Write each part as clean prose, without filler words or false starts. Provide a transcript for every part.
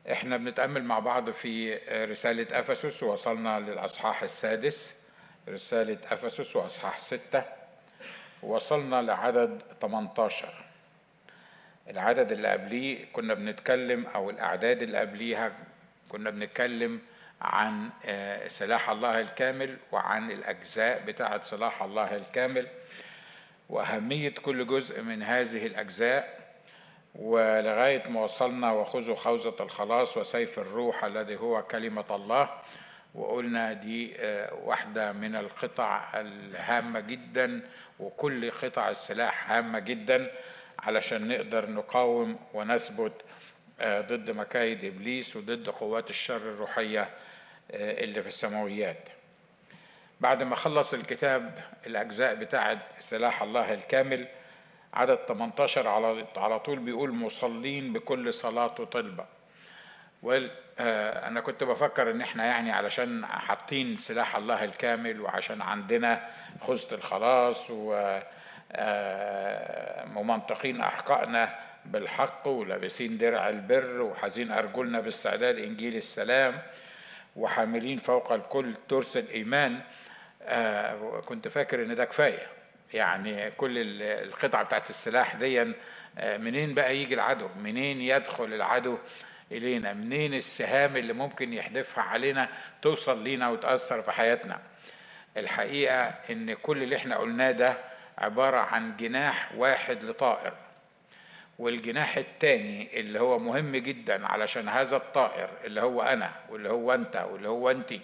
احنا بنتأمل مع بعض في رسالة أفسس، ووصلنا للأصحاح السادس. رسالة أفسس وأصحاح 6، ووصلنا لعدد 18. العدد اللي قبليه كنا بنتكلم، أو الأعداد اللي قبليها كنا بنتكلم عن سلاح الله الكامل، وعن الأجزاء بتاعة سلاح الله الكامل، وأهمية كل جزء من هذه الأجزاء، ولغاية ما وصلنا وخذوا خوذة الخلاص وسيف الروح الذي هو كلمة الله. وقلنا دي واحدة من القطع الهامة جدا، وكل قطع السلاح هامة جدا علشان نقدر نقاوم ونثبت ضد مكايد إبليس وضد قوات الشر الروحية اللي في السماويات. بعد ما خلص الكتاب الأجزاء بتاعت سلاح الله الكامل، عدد 18 على طول بيقول مصلين بكل صلاة وطلبة. أنا كنت بفكر إن إحنا يعني علشان حاطين سلاح الله الكامل، وعشان عندنا خوذة الخلاص، وممنطقين أحقائنا بالحق، ولابسين درع البر، وحازين أرجلنا باستعداد إنجيل السلام، وحاملين فوق الكل ترس الإيمان. كنت فاكر إن ده كفاية، يعني كل القطع بتاعت السلاح دي منين بقى يجي العدو؟ منين يدخل العدو إلينا؟ منين السهام اللي ممكن يحدفها علينا توصل لينا وتأثر في حياتنا؟ الحقيقة إن كل اللي احنا قلناه ده عبارة عن جناح واحد لطائر، والجناح التاني اللي هو مهم جدا علشان هذا الطائر اللي هو أنا واللي هو أنت واللي هو أنتي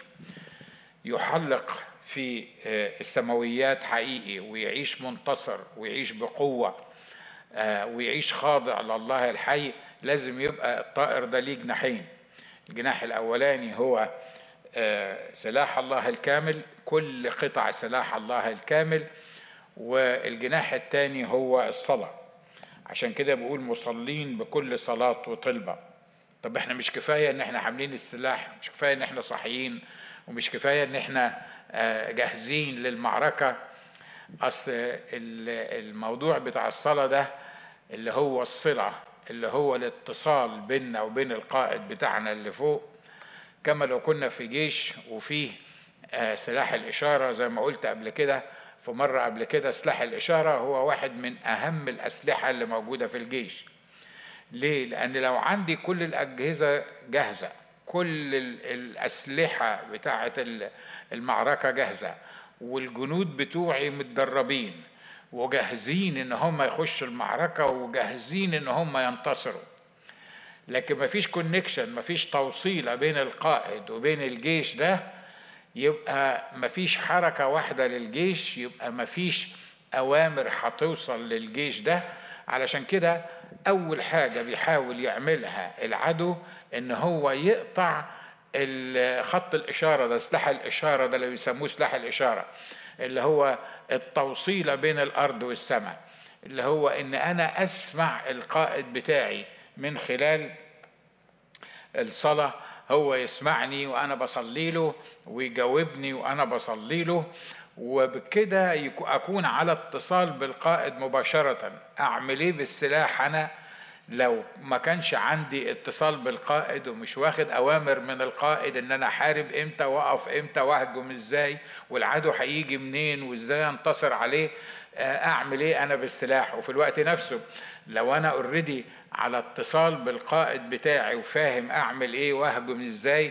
يحلق في السماويات حقيقي، ويعيش منتصر، ويعيش بقوة، ويعيش خاضع لله الحي. لازم يبقى الطائر ده ليه جناحين. الجناح الأولاني هو سلاح الله الكامل، كل قطع سلاح الله الكامل، والجناح الثاني هو الصلاة. عشان كده بقول مصلين بكل صلاة وطلبة. طب احنا مش كفاية ان احنا حاملين السلاح، مش كفاية ان احنا صاحيين، ومش كفاية ان احنا جاهزين للمعركة. اصل الموضوع بتاع الصلاة ده اللي هو الصلة، اللي هو الاتصال بيننا وبين القائد بتاعنا اللي فوق، كما لو كنا في جيش وفيه سلاح الإشارة. زي ما قلت قبل كده في مرة قبل كده، سلاح الإشارة هو واحد من أهم الأسلحة اللي موجودة في الجيش. ليه؟ لأن لو عندي كل الأجهزة جاهزة، كل الأسلحة بتاعة المعركة جاهزة، والجنود بتوعي متدربين وجاهزين إن هم يخشوا المعركة وجاهزين إن هم ينتصروا، لكن مفيش كونكشن، مفيش توصيلة بين القائد وبين الجيش ده، يبقى مفيش حركة واحدة للجيش، يبقى مفيش أوامر هتوصل للجيش ده. علشان كده أول حاجة بيحاول يعملها العدو إن هو يقطع خط الإشارة ده، سلاح الإشارة ده اللي بيسموه سلاح الإشارة، اللي هو التوصيلة بين الأرض والسماء، اللي هو إن أنا أسمع القائد بتاعي من خلال الصلاة. هو يسمعني وأنا بصلي له، ويجاوبني وأنا بصلي له، وبكده أكون على اتصال بالقائد مباشرة. أعمل إيه بالسلاح أنا لو ما كانش عندي اتصال بالقائد، ومش واخد أوامر من القائد إن أنا حارب إمتى، وقف إمتى، وهجم إزاي، والعدو هيجي منين، وإزاي أنتصر عليه؟ أعمل إيه أنا بالسلاح؟ وفي الوقت نفسه لو أنا أوريدي على اتصال بالقائد بتاعي وفاهم أعمل إيه وهجم إزاي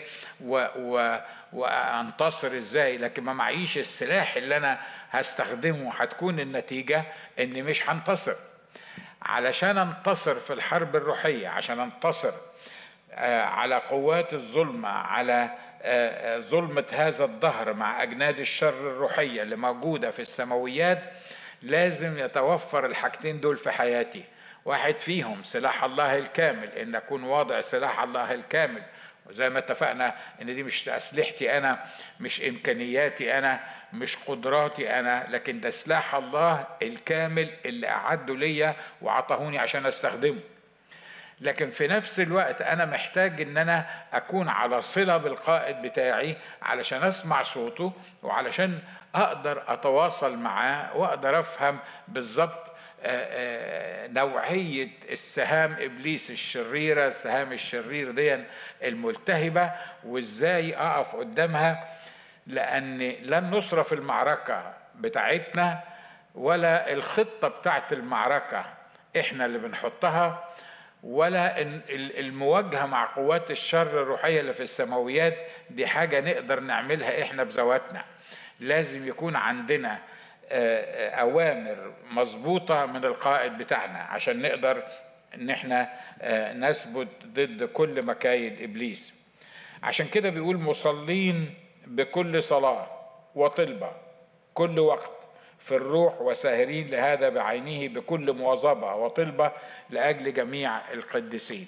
وأنتصر إزاي، لكن ما معيش السلاح اللي أنا هستخدمه، هتكون النتيجة إني مش هنتصر. علشان انتصر في الحرب الروحية، عشان انتصر على قوات الظلمة، على ظلمة هذا الدهر مع أجناد الشر الروحية اللي موجودة في السماويات، لازم يتوفر الحاجتين دول في حياتي. واحد فيهم سلاح الله الكامل، إن أكون واضع سلاح الله الكامل، وزي ما اتفقنا إن دي مش أسلحتي أنا، مش إمكانياتي أنا، مش قدراتي أنا، لكن ده سلاح الله الكامل اللي أعده ليا وعطاهوني عشان أستخدمه. لكن في نفس الوقت أنا محتاج إن أنا أكون على صلة بالقائد بتاعي علشان أسمع صوته، وعلشان أقدر أتواصل معاه، وأقدر أفهم بالظبط نوعية السهام إبليس الشريرة، السهام الشرير دي الملتهبة، وإزاي أقف قدامها، لأن لن نصرف المعركة بتاعتنا ولا الخطة بتاعت المعركة إحنا اللي بنحطها، ولا المواجهة مع قوات الشر الروحية اللي في السماويات دي حاجة نقدر نعملها إحنا بذواتنا. لازم يكون عندنا أوامر مظبوطة من القائد بتاعنا عشان نقدر إن إحنا نثبت ضد كل مكايد إبليس. عشان كده بيقول مصلين بكل صلاة وطلبة كل وقت في الروح، وساهرين لهذا بعينه بكل مواظبة وطلبة لأجل جميع القديسين.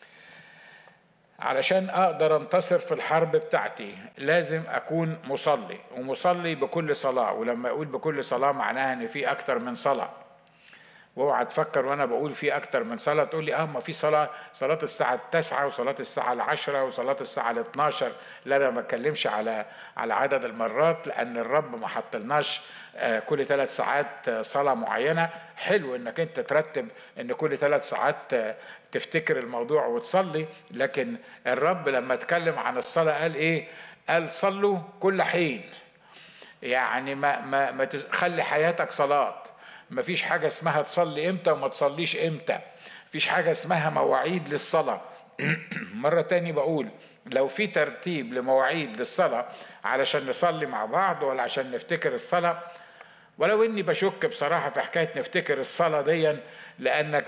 علشان أقدر أنتصر في الحرب بتاعتي لازم أكون مصلي، ومصلي بكل صلاة. ولما أقول بكل صلاة معناها إن في أكتر من صلاة. واوعى تفكر وانا بقول في اكتر من صلاه تقول لي ما في صلاه الساعه 9 وصلاه الساعه 10 وصلاه الساعه 12. لا، انا ما بتكلمش على عدد المرات، لان الرب ما حطلناش كل 3 ساعات صلاه معينه. حلو انك انت ترتب ان كل 3 ساعات تفتكر الموضوع وتصلي، لكن الرب لما اتكلم عن الصلاه قال ايه؟ قال صلوا كل حين. يعني ما تخلي حياتك صلاه. مفيش حاجة اسمها تصلي امتى وما تصليش امتى. مفيش حاجة اسمها مواعيد للصلاة. مرة تاني بقول، لو في ترتيب لمواعيد للصلاة علشان نصلي مع بعض ولا عشان نفتكر الصلاة، ولو اني بشك بصراحة في حكاية نفتكر الصلاة دي، لانك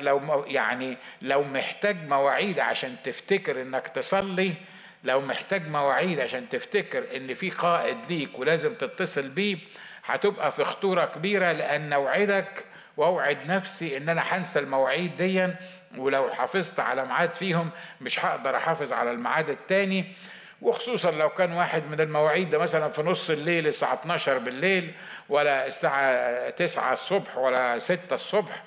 لو محتاج مواعيد عشان تفتكر انك تصلي، لو محتاج مواعيد عشان تفتكر ان في قائد ليك ولازم تتصل بيه، هتبقى في خطورة كبيرة. لأن أوعدك وأوعد نفسي إن أنا هنسى المواعيد دي، ولو حافظت على ميعاد فيهم مش هقدر أحافظ على الميعاد التاني. وخصوصا لو كان واحد من المواعيد ده مثلا في نص الليل الساعة 12 بالليل، ولا الساعة 9 الصبح ولا 6 الصبح،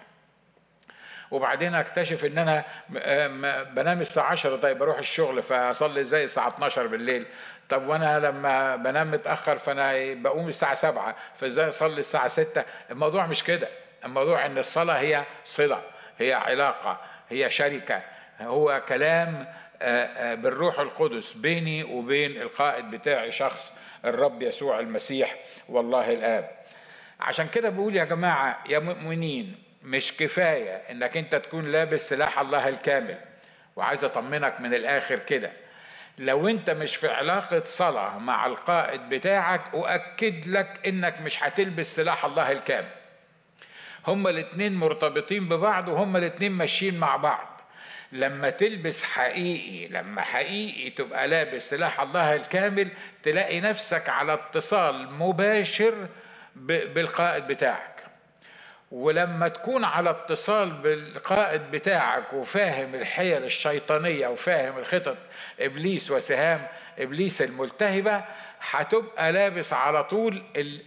وبعدين اكتشف ان انا بنام الساعة 10. طيب اروح الشغل فاصلي ازاي الساعة 12 بالليل؟ طب وانا لما بنام متأخر فانا بقوم الساعة 7، فازاي اصلي الساعة 6؟ الموضوع مش كده. الموضوع ان الصلاة هي صلة، هي علاقة، هي شركة، هو كلام بالروح القدس بيني وبين القائد بتاعي شخص الرب يسوع المسيح والله الآب. عشان كده بقول يا جماعة يا مؤمنين، مش كفاية انك انت تكون لابس سلاح الله الكامل. وعايز اطمنك من الاخر كده، لو انت مش في علاقة صلاة مع القائد بتاعك اؤكد لك انك مش هتلبس سلاح الله الكامل. هما الاتنين مرتبطين ببعض وهما الاتنين ماشيين مع بعض. لما تلبس حقيقي، لما حقيقي تبقى لابس سلاح الله الكامل، تلاقي نفسك على اتصال مباشر بالقائد بتاعك. ولما تكون على اتصال بالقائد بتاعك وفاهم الحيل الشيطانية وفاهم الخطط إبليس وسهام إبليس الملتهبة، هتبقى لابس على طول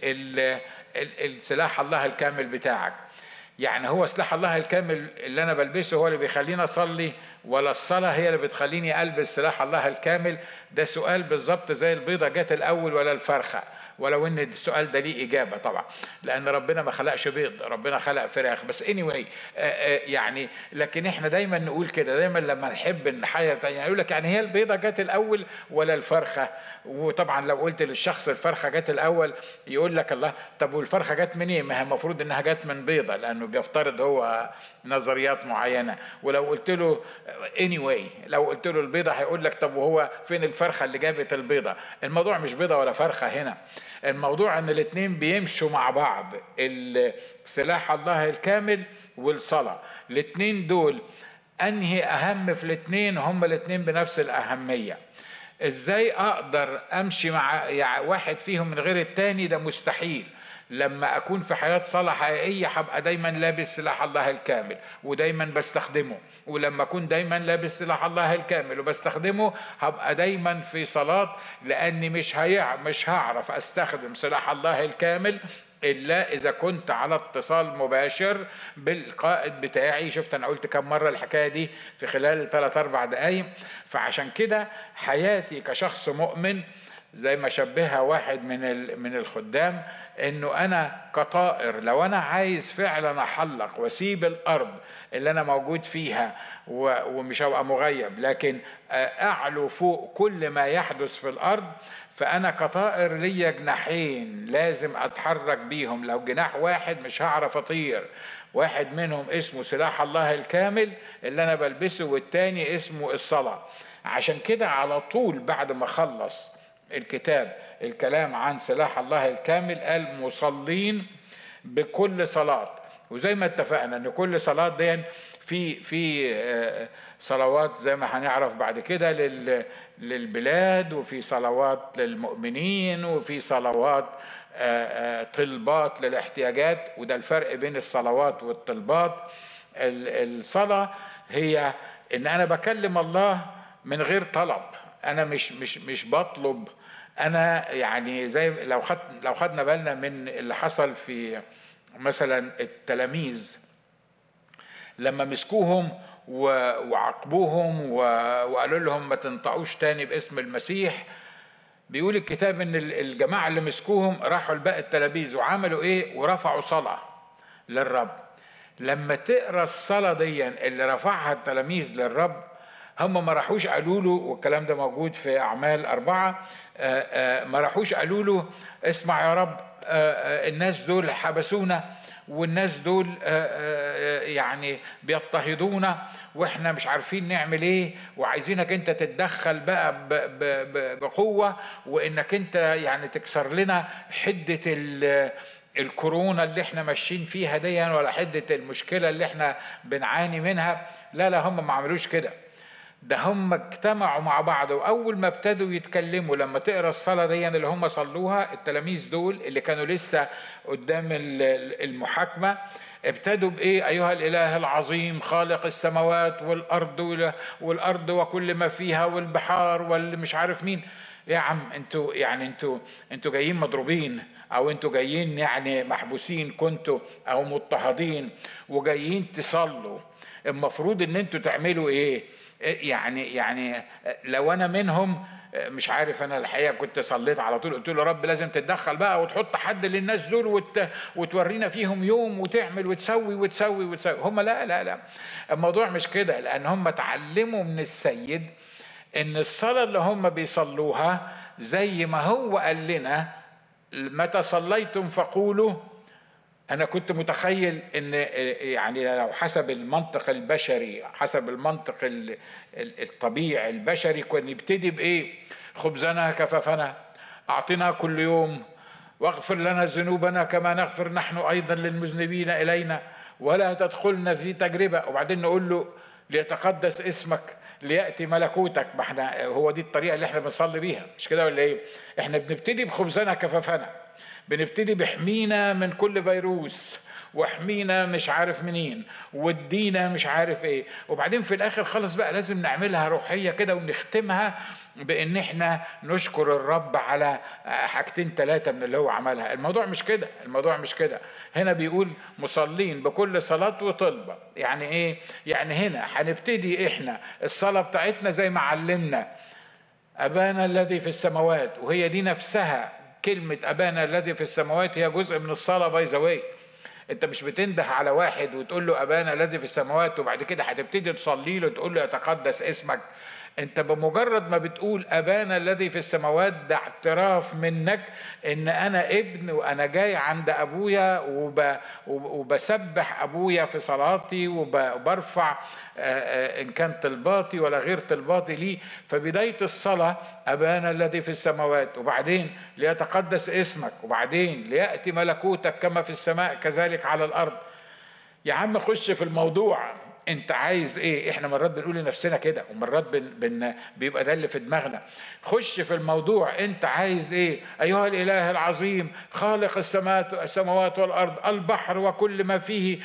السلاح الله الكامل بتاعك. يعني هو سلاح الله الكامل اللي أنا بلبسه هو اللي بيخليني أصلي، ولا الصلاة هي اللي بتخليني ألبس سلاح الله الكامل؟ ده سؤال بالظبط زي البيضة جت الأول ولا الفرخة، ولو ان السؤال ده ليه اجابه طبعا، لان ربنا ما خلقش بيض، ربنا خلق فراخ بس. anyway يعني لكن احنا دايما نقول كده، دايما لما نحب نحير يعني يقول لك يعني هي البيضه جت الاول ولا الفرخه؟ وطبعا لو قلت للشخص الفرخه جت الاول يقول لك الله، طب والفرخه جت منين؟ ما هي المفروض انها جت من بيضه، لانه بيفترض هو نظريات معينه. ولو قلت له anyway، لو قلت له البيضه هيقول لك طب وهو فين الفرخه اللي جابت البيضه؟ الموضوع مش بيضه ولا فرخه هنا، الموضوع ان الاتنين بيمشوا مع بعض، سلاح الله الكامل والصلاة. الاتنين دول انهي اهم في الاتنين؟ هما الاتنين بنفس الاهمية. ازاي اقدر امشي مع واحد فيهم من غير التاني؟ ده مستحيل. لما اكون في حياة صلاة حقيقية هبقى دايما لابس سلاح الله الكامل ودايما بستخدمه. ولما اكون دايما لابس سلاح الله الكامل وبستخدمه هبقى دايما في صلاة، لاني مش هعرف استخدم سلاح الله الكامل إلا إذا كنت على اتصال مباشر بالقائد بتاعي. شفت أنا قلت كم مرة الحكاية دي في خلال 3-4 دقايق. فعشان كده حياتي كشخص مؤمن زي ما شبهها واحد من الخدام، انه انا كطائر لو انا عايز فعلا احلق واسيب الارض اللي انا موجود فيها ومش هبقى مغيب، لكن اعلو فوق كل ما يحدث في الارض، فانا كطائر ليا جناحين لازم اتحرك بيهم. لو جناح واحد مش هعرف اطير، واحد منهم اسمه سلاح الله الكامل اللي انا بلبسه، والتاني اسمه الصلاة. عشان كده على طول بعد ما خلص الكتاب الكلام عن سلاح الله الكامل قال مصلين بكل صلاة. وزي ما اتفقنا ان كل صلاة دي في صلوات زي ما هنعرف بعد كده للبلاد، وفي صلوات للمؤمنين، وفي صلوات طلبات للاحتياجات. وده الفرق بين الصلوات والطلبات. الصلاة هي ان انا بكلم الله من غير طلب، انا مش بطلب. انا يعني زي لو خدنا بالنا من اللي حصل في مثلا التلاميذ لما مسكوهم وعاقبوهم وقالوا لهم ما تنطقوش تاني باسم المسيح، بيقول الكتاب ان الجماعة اللي مسكوهم راحوا لباقي التلاميذ وعملوا ايه؟ ورفعوا صلاة للرب. لما تقرأ الصلاة دي اللي رفعها التلاميذ للرب، هم ما راحوش قالوا له، والكلام ده موجود في أعمال 4، ما راحوش قالوا له اسمع يا رب الناس دول حبسونا، والناس دول يعني بيضطهدونا واحنا مش عارفين نعمل ايه، وعايزينك انت تتدخل بقى بقوة، وانك انت يعني تكسر لنا حدة الكورونا اللي احنا ماشيين فيها دي، ولا حدة المشكلة اللي احنا بنعاني منها. لا هم ما عملوش كده، ده هم اجتمعوا مع بعض. واول ما ابتدوا يتكلموا، لما تقرا الصلاه دي اللي هم صلوها التلاميذ دول اللي كانوا لسه قدام المحاكمه، ابتدوا بايه؟ ايها الاله العظيم خالق السماوات والارض وكل ما فيها والبحار واللي مش عارف مين. يا عم انتوا يعني انتوا جايين مضروبين، او انتوا جايين يعني محبوسين كنتوا، او مضطهدين وجايين تصلوا. المفروض ان انتوا تعملوا ايه؟ يعني لو انا منهم مش عارف، انا الحقيقه كنت صليت على طول، قلت له رب لازم تتدخل بقى وتحط حد للناس دول وتورينا فيهم يوم وتعمل وتسوي. هم لا الموضوع مش كده، لان هم اتعلموا من السيد ان الصلاه اللي هم بيصلوها زي ما هو قال لنا متى صليتم فقولوا. أنا كنت متخيل إن يعني لو حسب المنطق البشري، حسب المنطق الطبيعي البشري، كنا نبتدي بإيه؟ خبزنا كفافنا أعطنا كل يوم، واغفر لنا ذنوبنا كما نغفر نحن أيضا للمذنبين إلينا، ولا تدخلنا في تجربة. وبعدين نقول له ليتقدس اسمك، ليأتي ملكوتك. ما احنا هو دي الطريقة اللي احنا بنصلي بيها، مش كده ولا ايه؟ احنا بنبتدي بخبزنا كفافنا، بنبتدي بحمينا من كل فيروس، واحمينا مش عارف منين، وادينا مش عارف ايه. وبعدين في الاخر خلص بقى لازم نعملها روحية كده ونختمها بان احنا نشكر الرب على حاجتين 3 من اللي هو عملها. الموضوع مش كده. هنا بيقول مصلين بكل صلاة وطلبة. يعني ايه؟ يعني هنا هنبتدي احنا الصلاة بتاعتنا زي ما علمنا أبانا الذي في السماوات، وهي دي نفسها كلمة أبانا الذي في السماوات هي جزء من الصلاة. باي ذا واي، انت مش بتنده على واحد وتقول له أبانا الذي في السماوات وبعد كده هتبتدي تصلي له تقول له يتقدس اسمك. انت بمجرد ما بتقول أبانا الذي في السماوات ده اعتراف منك ان انا ابن، وانا جاي عند ابويا وبسبح ابويا في صلاتي وبرفع ان كان طلباتي ولا غير طلباتي لي. فبداية الصلاة أبانا الذي في السماوات، وبعدين ليتقدس اسمك، وبعدين ليأتي ملكوتك كما في السماء كذلك على الأرض. يا عم خش في الموضوع، انت عايز ايه؟ احنا مرات بنقول لنفسنا كده، ومرات بيبقى ده اللي في دماغنا. خش في الموضوع، انت عايز ايه؟ ايها الاله العظيم خالق السماوات والارض البحر وكل ما فيه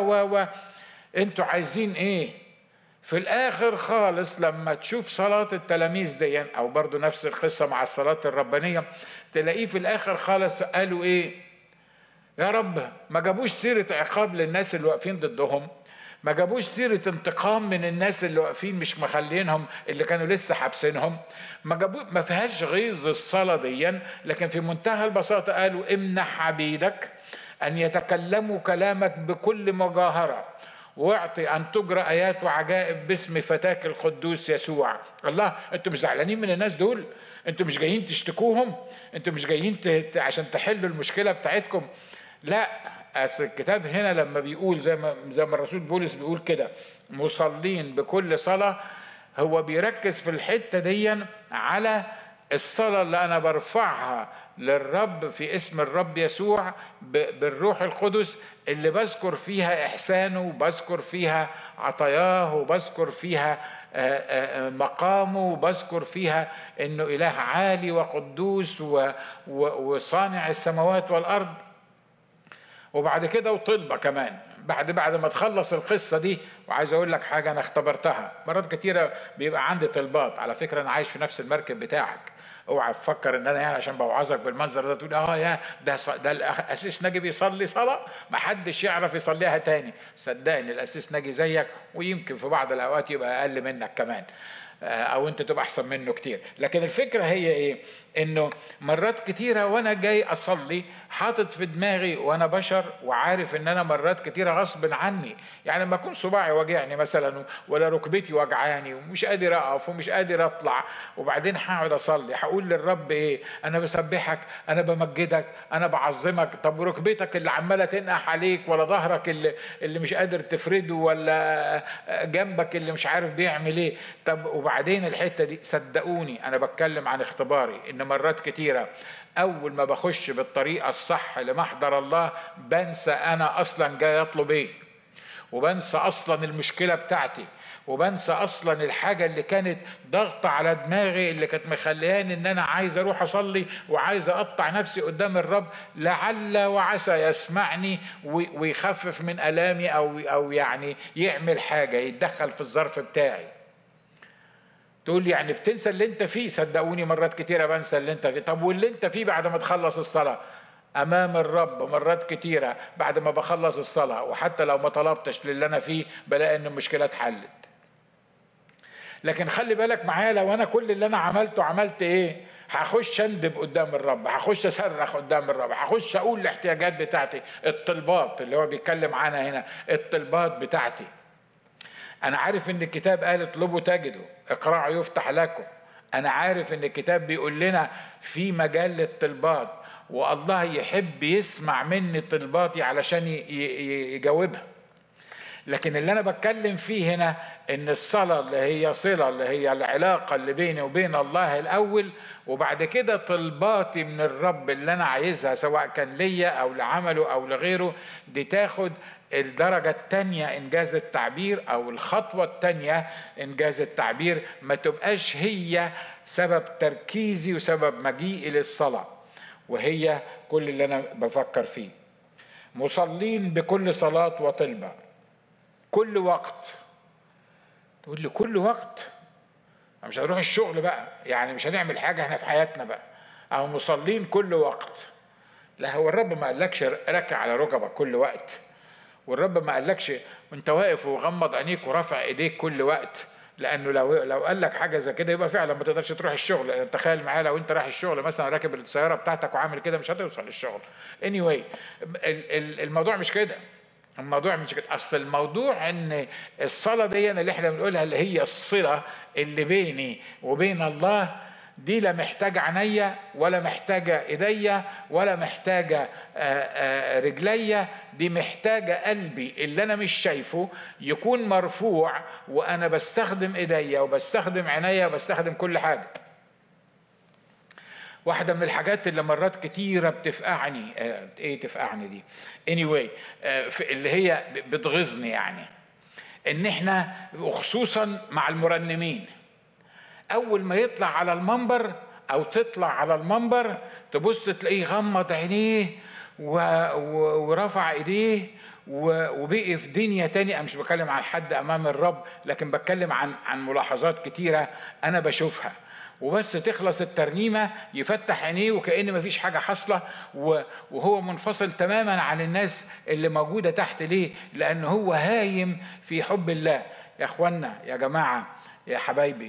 انتوا عايزين ايه؟ في الاخر خالص لما تشوف صلاة التلاميذ دي، او برضو نفس القصة مع الصلاة الربانية، تلاقيه في الاخر خالص قالوا ايه؟ يا رب ما جابوش سيرة عقاب للناس اللي واقفين ضدهم، ما جابوش سيرة انتقام من الناس اللي واقفين مش مخلينهم، اللي كانوا لسه حابسينهم. ما فيهاش غيظ الصلاة ديا، لكن في منتهى البساطة قالوا امنح عبيدك أن يتكلموا كلامك بكل مجاهرة، واعطي أن تجرى آيات وعجائب باسم فتاك القدوس يسوع. الله، أنتوا مش زعلانين من الناس دول؟ أنتوا مش جايين تشتكوهم؟ أنتوا مش جايين عشان تحلوا المشكلة بتاعتكم؟ لا، الكتاب هنا لما بيقول زي ما الرسول بولس بيقول كده مصلين بكل صلاة، هو بيركز في الحتة دي على الصلاة اللي أنا برفعها للرب في اسم الرب يسوع بالروح القدس، اللي بذكر فيها إحسانه، وبذكر فيها عطاياه، وبذكر فيها مقامه، وبذكر فيها إنه إله عالي وقدوس وصانع السماوات والأرض. وبعد كده وطلبة كمان بعد ما تخلص القصة دي. وعايز أقول لك حاجة أنا اختبرتها مرات كتيرة، بيبقى عندي طلبات. على فكرة أنا عايش في نفس المركب بتاعك، اوعى تفكر ان انا يعني عشان بوعظك بالمنظر ده تقول يا ده الاسيس ناجي بيصلي صلاه ما حدش يعرف يصليها تاني. صدقني الاسيس ناجي زيك، ويمكن في بعض الاوقات يبقى اقل منك كمان، او انت تبقى احسن منه كتير. لكن الفكره هي ايه؟ انه مرات كتيره وانا جاي اصلي حاطط في دماغي، وانا بشر وعارف ان انا مرات كتيره غصب عني، يعني لما اكون صباعي واجعني مثلا ولا ركبتي وجعاني ومش قادر اقف ومش قادر اطلع، وبعدين هقعد اصلي هقول للرب ايه؟ انا بسبحك، انا بمجدك، انا بعظمك. طب ركبتك اللي عماله تنقح عليك، ولا ظهرك اللي مش قادر تفرده، ولا جنبك اللي مش عارف بيعمل ايه؟ طب وبعدين الحته دي صدقوني انا بتكلم عن اختباري، ان مرات كتيره اول ما بخش بالطريقه الصح لمحضر الله بنسى انا اصلا جاي اطلب ايه، وبنسى اصلا المشكله بتاعتي، وبنسى اصلا الحاجه اللي كانت ضغط على دماغي، اللي كانت مخلياني ان انا عايز اروح اصلي وعايز اقطع نفسي قدام الرب، لعل وعسى يسمعني ويخفف من الامي، او يعني يعمل حاجه، يتدخل في الظرف بتاعي. تقول يعني بتنسى اللي انت فيه؟ صدقوني مرات كتيرة بنسى اللي انت فيه. طب واللي انت فيه بعد ما تخلص الصلاة امام الرب؟ مرات كتيرة بعد ما بخلص الصلاة وحتى لو ما طلبتش للي انا فيه بلاقي ان المشكلة اتحلت. لكن خلي بالك معايا، لو انا كل اللي انا عملت ايه؟ هخش اندب قدام الرب، هخش اصرخ قدام الرب، هخش اقول الاحتياجات بتاعتي، الطلبات اللي هو بيتكلم عنها هنا، الطلبات بتاعتي. أنا عارف إن الكتاب قال اطلبوا تجدوا، اقرأوا يفتح لكم. أنا عارف إن الكتاب بيقول لنا في مجال للطلبات، والله يحب يسمع مني طلباتي علشان يجاوبها. لكن اللي أنا بتكلم فيه هنا إن الصلاة اللي هي صلة، اللي هي العلاقة اللي بيني وبين الله الأول، وبعد كده طلباتي من الرب اللي أنا عايزها سواء كان ليا أو لعمله أو لغيره، دي تاخد الدرجة التانية إنجاز التعبير، أو الخطوة التانية إنجاز التعبير، ما تبقاش هي سبب تركيزي وسبب مجيئي للصلاة، وهي كل اللي أنا بفكر فيه. مصلين بكل صلاة وطلبة، كل وقت. تقول لي كل وقت؟ مش هنروح الشغل بقى، يعني مش هنعمل حاجة احنا في حياتنا بقى، أو مصلين كل وقت؟ لا، هو الرب ما قالكش ركع على ركبك كل وقت، والرب ما قالكش وانت واقف وغمض عينيك ورافع ايديك كل وقت، لانه لو قال لك حاجه زي كده يبقى فعلا ما تقدرش تروح الشغل. يعني تخيل معايا لو انت رايح الشغل مثلا راكب السياره بتاعتك وعامل كده، مش هتوصل للشغل. anyway الموضوع مش كده، الموضوع مش كده. اصل الموضوع ان الصلاه دي اللي احنا بنقولها اللي هي الصله اللي بيني وبين الله، دي لا محتاجة عينيا ولا محتاجة ايديا ولا محتاجة رجليا، دي محتاجة قلبي اللي انا مش شايفه يكون مرفوع، وانا بستخدم ايديا وبستخدم عينيا وبستخدم كل حاجة. واحدة من الحاجات اللي مرات كتيرة بتفقعني، ايه تفقعني دي؟ anyway اللي هي بتغيظني، يعني ان احنا وخصوصا مع المرنمين، أول ما يطلع على المنبر أو تطلع على المنبر تبص تلاقيه غمض عينيه ورفع إيديه وبقي في دنيا تانية. أنا مش بتكلم عن حد أمام الرب، لكن بتكلم عن ملاحظات كتيرة أنا بشوفها. وبس تخلص الترنيمة يفتح عينيه وكأن مفيش حاجة حاصلة، وهو منفصل تماما عن الناس اللي موجودة تحت. ليه؟ لأن هو هايم في حب الله. يا أخوانا، يا جماعة، يا حبايبي،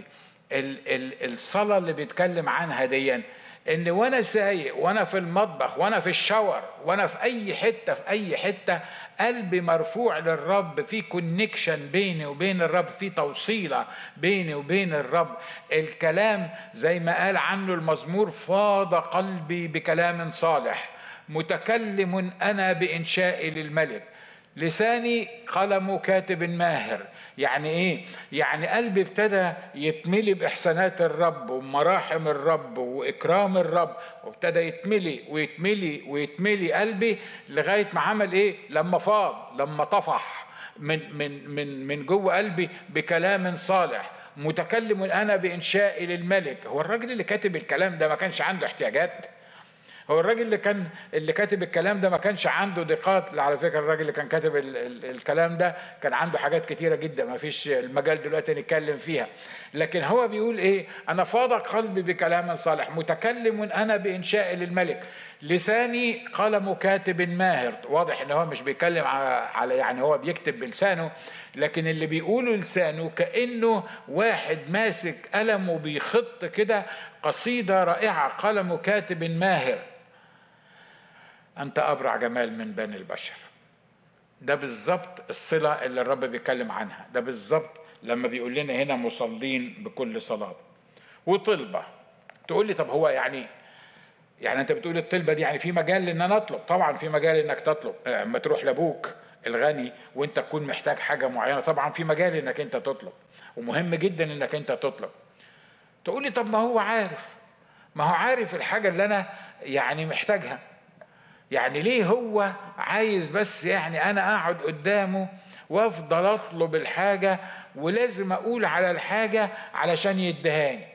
الصلاة اللي بيتكلم عنها دي، ان وانا سايق وانا في المطبخ وانا في الشاور وانا في اي حته قلبي مرفوع للرب، في كونكشن بيني وبين الرب، في توصيله بيني وبين الرب. الكلام زي ما قال عنه المزمور: فاض قلبي بكلام صالح، متكلم انا بانشاء للملك، لساني قلم كاتب ماهر. يعني ايه؟ يعني قلبي ابتدى يتملي باحسانات الرب ومراحم الرب واكرام الرب، وابتدى يتملي ويتملي ويتملي قلبي لغايه ما عمل ايه؟ لما فاض، لما طفح من جوه قلبي بكلام صالح، متكلم انا بانشاء للملك. هو الراجل اللي كاتب الكلام ده ما كانش عنده احتياجات؟ هو الراجل اللي كاتب الكلام ده ما كانش عنده ضيقات؟ على فكرة الراجل اللي كان كاتب الكلام ده كان عنده حاجات كتيرة جدا ما فيش المجال دلوقتي نتكلم فيها. لكن هو بيقول ايه؟ انا فاض قلبي بكلام صالح، متكلم انا بانشاء للملك، لساني قلم كاتب ماهر. واضح ان هو مش بيتكلم على يعني هو بيكتب بلسانه، لكن اللي بيقوله لسانه كأنه واحد ماسك قلم وبيخط كده قصيدة رائعة. قلم كاتب ماهر، أنت أبرع جمال من بني البشر. ده بالظبط الصلة اللي الرب بيتكلم عنها. ده بالظبط لما بيقول لنا هنا مصلين بكل صلاة وطلبة. تقول لي طب هو يعني أنت بتقول الطلبة دي يعني في مجال إن أنا أطلب؟ طبعا في مجال إنك تطلب. أما تروح لأبوك الغني وأنت تكون محتاج حاجة معينة، طبعا في مجال إنك أنت تطلب، ومهم جدا إنك أنت تطلب. تقول لي طب ما هو عارف الحاجة اللي أنا يعني محتاجها، يعني ليه هو عايز بس يعني أنا أقعد قدامه وأفضل أطلب الحاجة ولازم أقول على الحاجة علشان يدهاني؟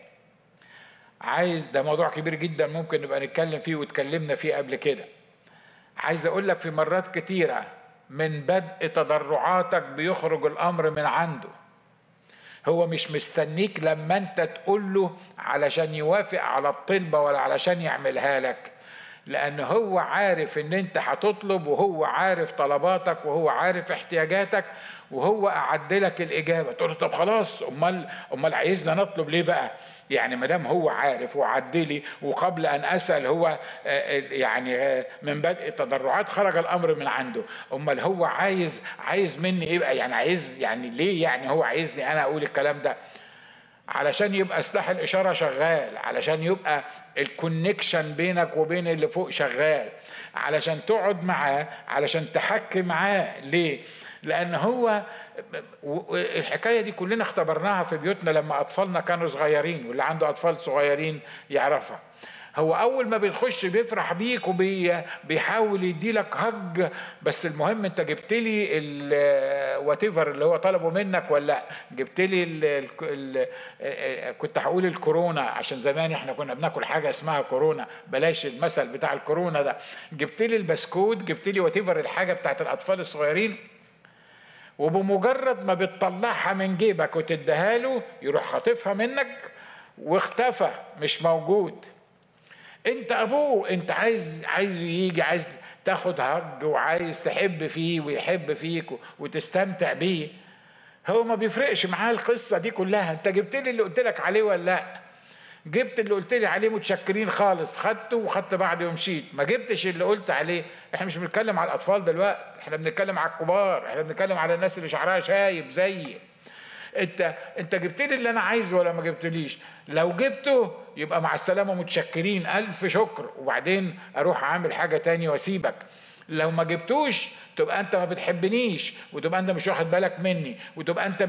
ده موضوع كبير جدا ممكن نبقى نتكلم فيه واتكلمنا فيه قبل كده. عايز أقول لك في مرات كتيرة من بدء تضرعاتك بيخرج الأمر من عنده. هو مش مستنيك لما أنت تقول له علشان يوافق على الطلبة ولا علشان يعملها لك، لأن هو عارف إن أنت هتطلب، وهو عارف طلباتك، وهو عارف احتياجاتك، وهو أعدلك الإجابة. تقول له طب خلاص، أمال عايزنا نطلب ليه بقى؟ يعني مدام هو عارف وعدلي وقبل أن أسأل هو يعني من بدء التضرعات خرج الأمر من عنده، أمال هو عايز مني إيه بقى؟ يعني عايز يعني ليه؟ يعني هو عايزني أنا أقول الكلام ده علشان يبقى سلاح الإشارة شغال، علشان يبقى الكونكشن بينك وبين اللي فوق شغال، علشان تقعد معاه، علشان تحكي معاه. ليه؟ لأن هو الحكاية دي كلنا اختبرناها في بيوتنا لما أطفالنا كانوا صغيرين، واللي عنده أطفال صغيرين يعرفها. هو أول ما بيخش بيفرح بيك وبيحاول يديلك هج، بس المهم أنت جبت لي واتيفر اللي هو طلبه منك ولا جبت لي كنت هقول الكورونا عشان زمان احنا كنا بناكل حاجة اسمها كورونا، بلاش المثل بتاع الكورونا ده. جبت لي البسكوت، جبت لي واتيفر الحاجة بتاعت الأطفال الصغيرين، وبمجرد ما بتطلعها من جيبك وتديها له يروح خاطفها منك واختفى، مش موجود. انت ابوه، انت عايز يجي، عايز تاخد هج وعايز تحب فيه ويحب فيك وتستمتع بيه. هو ما بيفرقش معاه القصة دي كلها. انت جبت لي اللي قلت لك عليه ولا لا؟ جبت اللي قلت لي عليه متشكرين خالص، خدته وخدت بعضي ومشيت. ما جبتش اللي قلت عليه. احنا مش بنتكلم على الاطفال دلوقتي، احنا بنتكلم على الكبار، احنا بنتكلم على الناس اللي شعرها شايب زيي. انت جبت لي اللي انا عايزه ولا ما جبتليش؟ لو جبته يبقى مع السلامة، متشكرين، الف شكر، وبعدين اروح اعمل حاجة تانية واسيبك. لو ما جبتوش تبقى انت ما بتحبنيش، وتبقى انت مش واخد بالك مني، وتبقى انت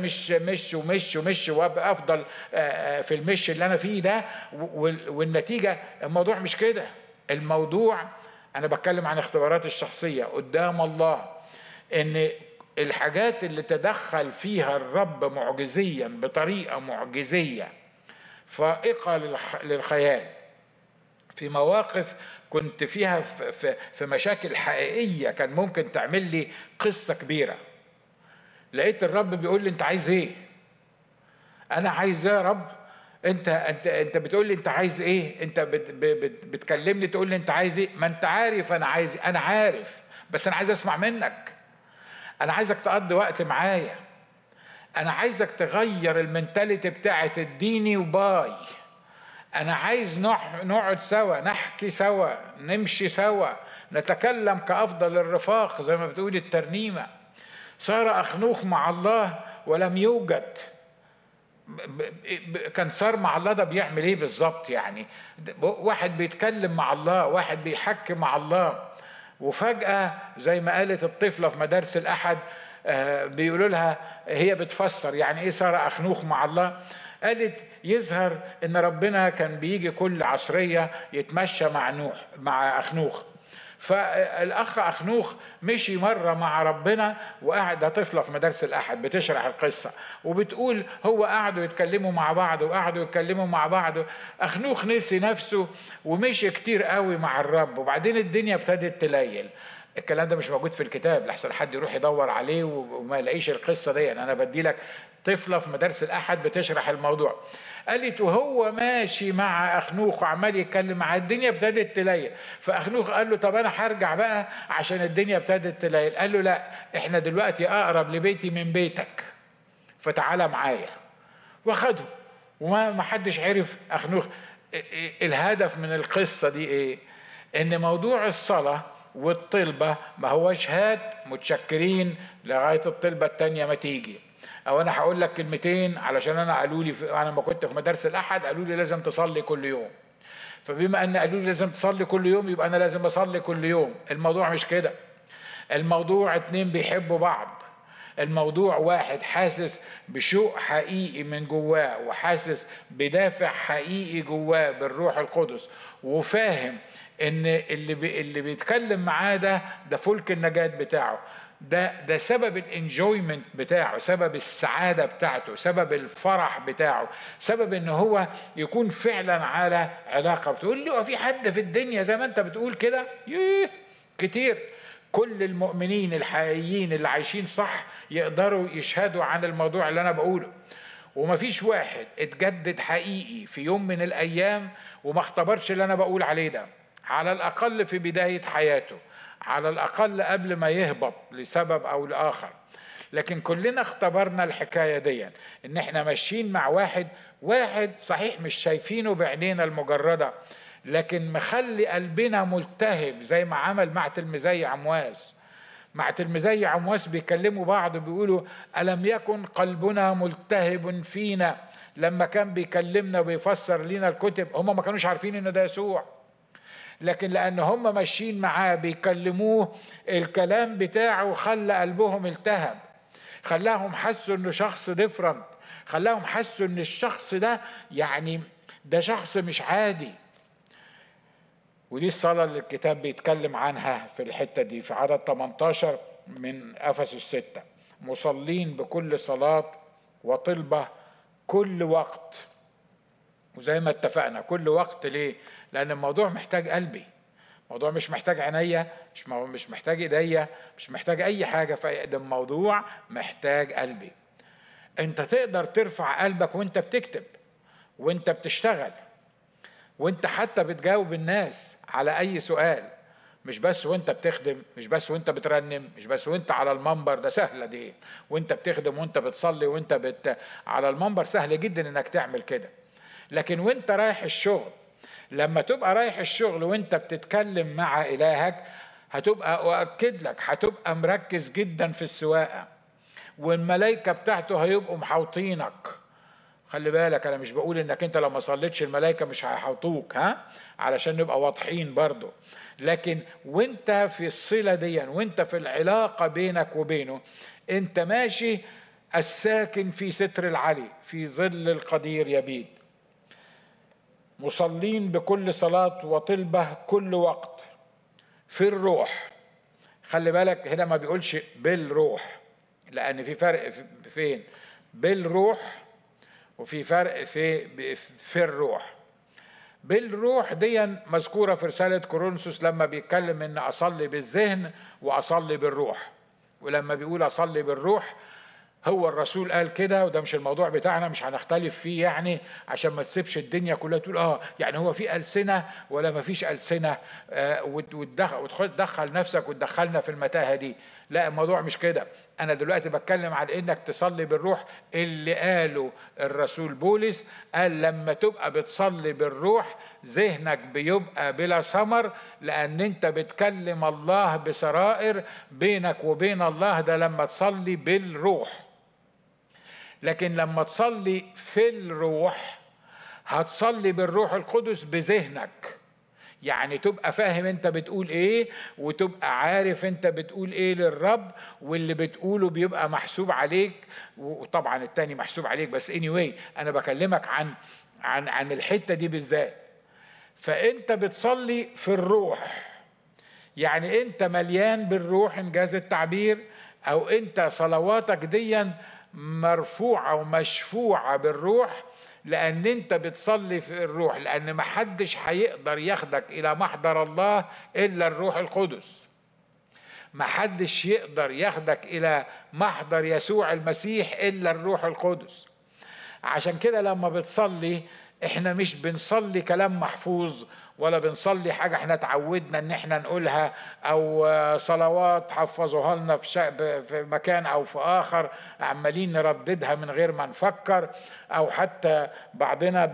مش وابقى افضل في المش اللي انا فيه ده. والنتيجة الموضوع مش كده. الموضوع انا بتكلم عن اختبارات الشخصية قدام الله، ان الحاجات اللي تدخل فيها الرب معجزيا بطريقة معجزية فائقة للخيال، في مواقف كنت فيها في مشاكل حقيقية كان ممكن تعمل لي قصة كبيرة. لقيت الرب بيقول لي انت عايز ايه؟ انا عايز يا رب انت بتقول لي انت عايز ايه؟ انت بتكلمني تقول لي انت عايز ايه؟ ما انت عارف انا عايز ايه. انا عارف، بس انا عايز اسمع منك. انا عايزك تقضي وقت معايا. انا عايزك تغير المنتاليتي بتاعت الديني وباي. انا عايز نقعد سوا، نحكي سوا، نمشي سوا، نتكلم كأفضل الرفاق زي ما بتقول الترنيمة. صار أخنوخ مع الله ولم يوجد. كان صار مع الله ده بيعمل ايه بالظبط؟ يعني واحد بيتكلم مع الله، واحد بيحكي مع الله، وفجأة زي ما قالت الطفلة في مدارس الأحد، بيقولوا لها هي بتفسر يعني ايه صار أخنوخ مع الله. قالت يظهر ان ربنا كان بيجي كل عصرية يتمشى مع أخنوخ. فالأخ أخنوخ مشي مرة مع ربنا وقعد، طفلة في مدارس الأحد بتشرح القصة وبتقول هو قعدوا يتكلموا مع بعض أخنوخ نسي نفسه ومشي كتير قوي مع الرب، وبعدين الدنيا ابتدت تليل. الكلام ده مش موجود في الكتاب، لحسن حد يروح يدور عليه وما يلاقيش القصة دي. أنا بدي لك طفلة في مدارس الأحد بتشرح الموضوع. قالت وهو ماشي مع أخنوخ وعمال يتكلم مع الدنيا ابتدت تليل. فأخنوخ قال له طب أنا هرجع بقى عشان الدنيا ابتدت تليل. قال له لا، احنا دلوقتي أقرب لبيتي من بيتك، فتعالى معايا. وخده وما حدش عرف أخنوخ. الهدف من القصة دي ايه؟ ان موضوع الصلاة والطلبة ما هوش هات متشكرين لغاية الطلبة التانية ما تيجي. او انا هقول لك كلمتين علشان انا قالوا لي انا ما كنت في مدارس الأحد قالوا لي لازم تصلي كل يوم، فبما ان قالوا لي لازم تصلي كل يوم يبقى انا لازم اصلي كل يوم. الموضوع مش كده. الموضوع اتنين بيحبوا بعض. الموضوع واحد حاسس بشوق حقيقي من جواه وحاسس بدافع حقيقي جواه بالروح القدس، وفاهم ان اللي بيتكلم معاه ده فلك النجاة بتاعه، ده سبب الانجويمنت بتاعه، سبب السعادة بتاعته، سبب الفرح بتاعه، سبب ان هو يكون فعلا على علاقة. بتقول لي في حد في الدنيا زي ما انت بتقول كده؟ كتير. كل المؤمنين الحقيقيين اللي عايشين صح يقدروا يشهدوا عن الموضوع اللي انا بقوله. ومفيش واحد اتجدد حقيقي في يوم من الايام وما اختبرش اللي انا بقول عليه ده، على الاقل في بداية حياته، على الاقل قبل ما يهبط لسبب او لاخر. لكن كلنا اختبرنا الحكاية دي، ان احنا ماشيين مع واحد صحيح مش شايفينه بعينينا المجردة، لكن مخلي قلبنا ملتهب زي ما عمل مع تلميذي عمواس. مع تلميذي عمواس بيكلموا بعض بيقولوا ألم يكن قلبنا ملتهب فينا لما كان بيكلمنا وبيفسر لنا الكتب. هم ما كانوش عارفين ان ده يسوع، لكن لأن هم ماشيين معاه بيكلموه الكلام بتاعه خلى قلبهم التهب، خلاهم حسوا انه شخص ديفرنت، خلاهم حسوا ان الشخص ده يعني ده شخص مش عادي. ودي الصلاة اللي الكتاب بيتكلم عنها في الحتة دي في عدد 18 من أفسس 6: مصلين بكل صلاة وطلبة كل وقت. وزي ما اتفقنا كل وقت ليه؟ لأن الموضوع محتاج قلبي، الموضوع مش محتاج عينيا، مش محتاج ايديا، مش محتاج أي حاجة. فده الموضوع محتاج قلبي. أنت تقدر ترفع قلبك وأنت بتكتب، وأنت بتشتغل، وانت حتى بتجاوب الناس على اي سؤال، مش بس وانت بتخدم، مش بس وانت بترنم، مش بس وانت على المنبر، ده سهلة دي. وانت بتخدم وانت بتصلي وانت على المنبر سهل جدا انك تعمل كده. لكن وانت رايح الشغل، لما تبقى رايح الشغل وانت بتتكلم مع إلهك، هتبقى أؤكد لك هتبقى مركز جدا في السواقة، والملائكة بتاعته هيبقوا محوطينك. خلي بالك، انا مش بقول انك انت لو ما صليتش الملائكه مش هيحوطوك، علشان نبقى واضحين برضو. لكن وانت في الصله دي، وانت في العلاقه بينك وبينه، انت ماشي الساكن في ستر العلي في ظل القدير يبيد. مصلين بكل صلاه وطلبه كل وقت في الروح. خلي بالك هنا ما بيقولش بالروح، لان في فرق فين بالروح وفي فرق في الروح. بالروح دي مذكورة في رسالة كورنثوس لما بيتكلم ان اصلي بالذهن واصلي بالروح. ولما بيقول اصلي بالروح هو الرسول قال كده، وده مش الموضوع بتاعنا، مش هنختلف فيه يعني، عشان ما تسيبش الدنيا كلها تقول يعني هو في ألسنة ولا ما فيش ألسنة، وتدخل نفسك وتدخلنا في المتاهة دي. لا، الموضوع مش كده. أنا دلوقتي بتكلم عن إنك تصلي بالروح اللي قاله الرسول بولس. قال لما تبقى بتصلي بالروح ذهنك بيبقى بلا ثمر، لأن أنت بتكلم الله بسرائر بينك وبين الله، ده لما تصلي بالروح. لكن لما تصلي في الروح هتصلي بالروح القدس بذهنك، يعني تبقى فاهم انت بتقول ايه، وتبقى عارف انت بتقول ايه للرب، واللي بتقوله بيبقى محسوب عليك، وطبعا التاني محسوب عليك، بس anyway انا بكلمك عن الحتة دي بالذات. فانت بتصلي في الروح، يعني انت مليان بالروح انجاز التعبير، او انت صلواتك ديا مرفوعة ومشفوعة بالروح، لأن أنت بتصلي في الروح، لأن محدش هيقدر ياخدك إلى محضر الله إلا الروح القدس. محدش يقدر ياخدك إلى محضر يسوع المسيح إلا الروح القدس. عشان كده لما بتصلي احنا مش بنصلي كلام محفوظ، ولا بنصلي حاجة احنا تعودنا ان احنا نقولها، او صلوات حفظوها لنا في مكان او في اخر عمالين نرددها من غير ما نفكر، او حتى بعضنا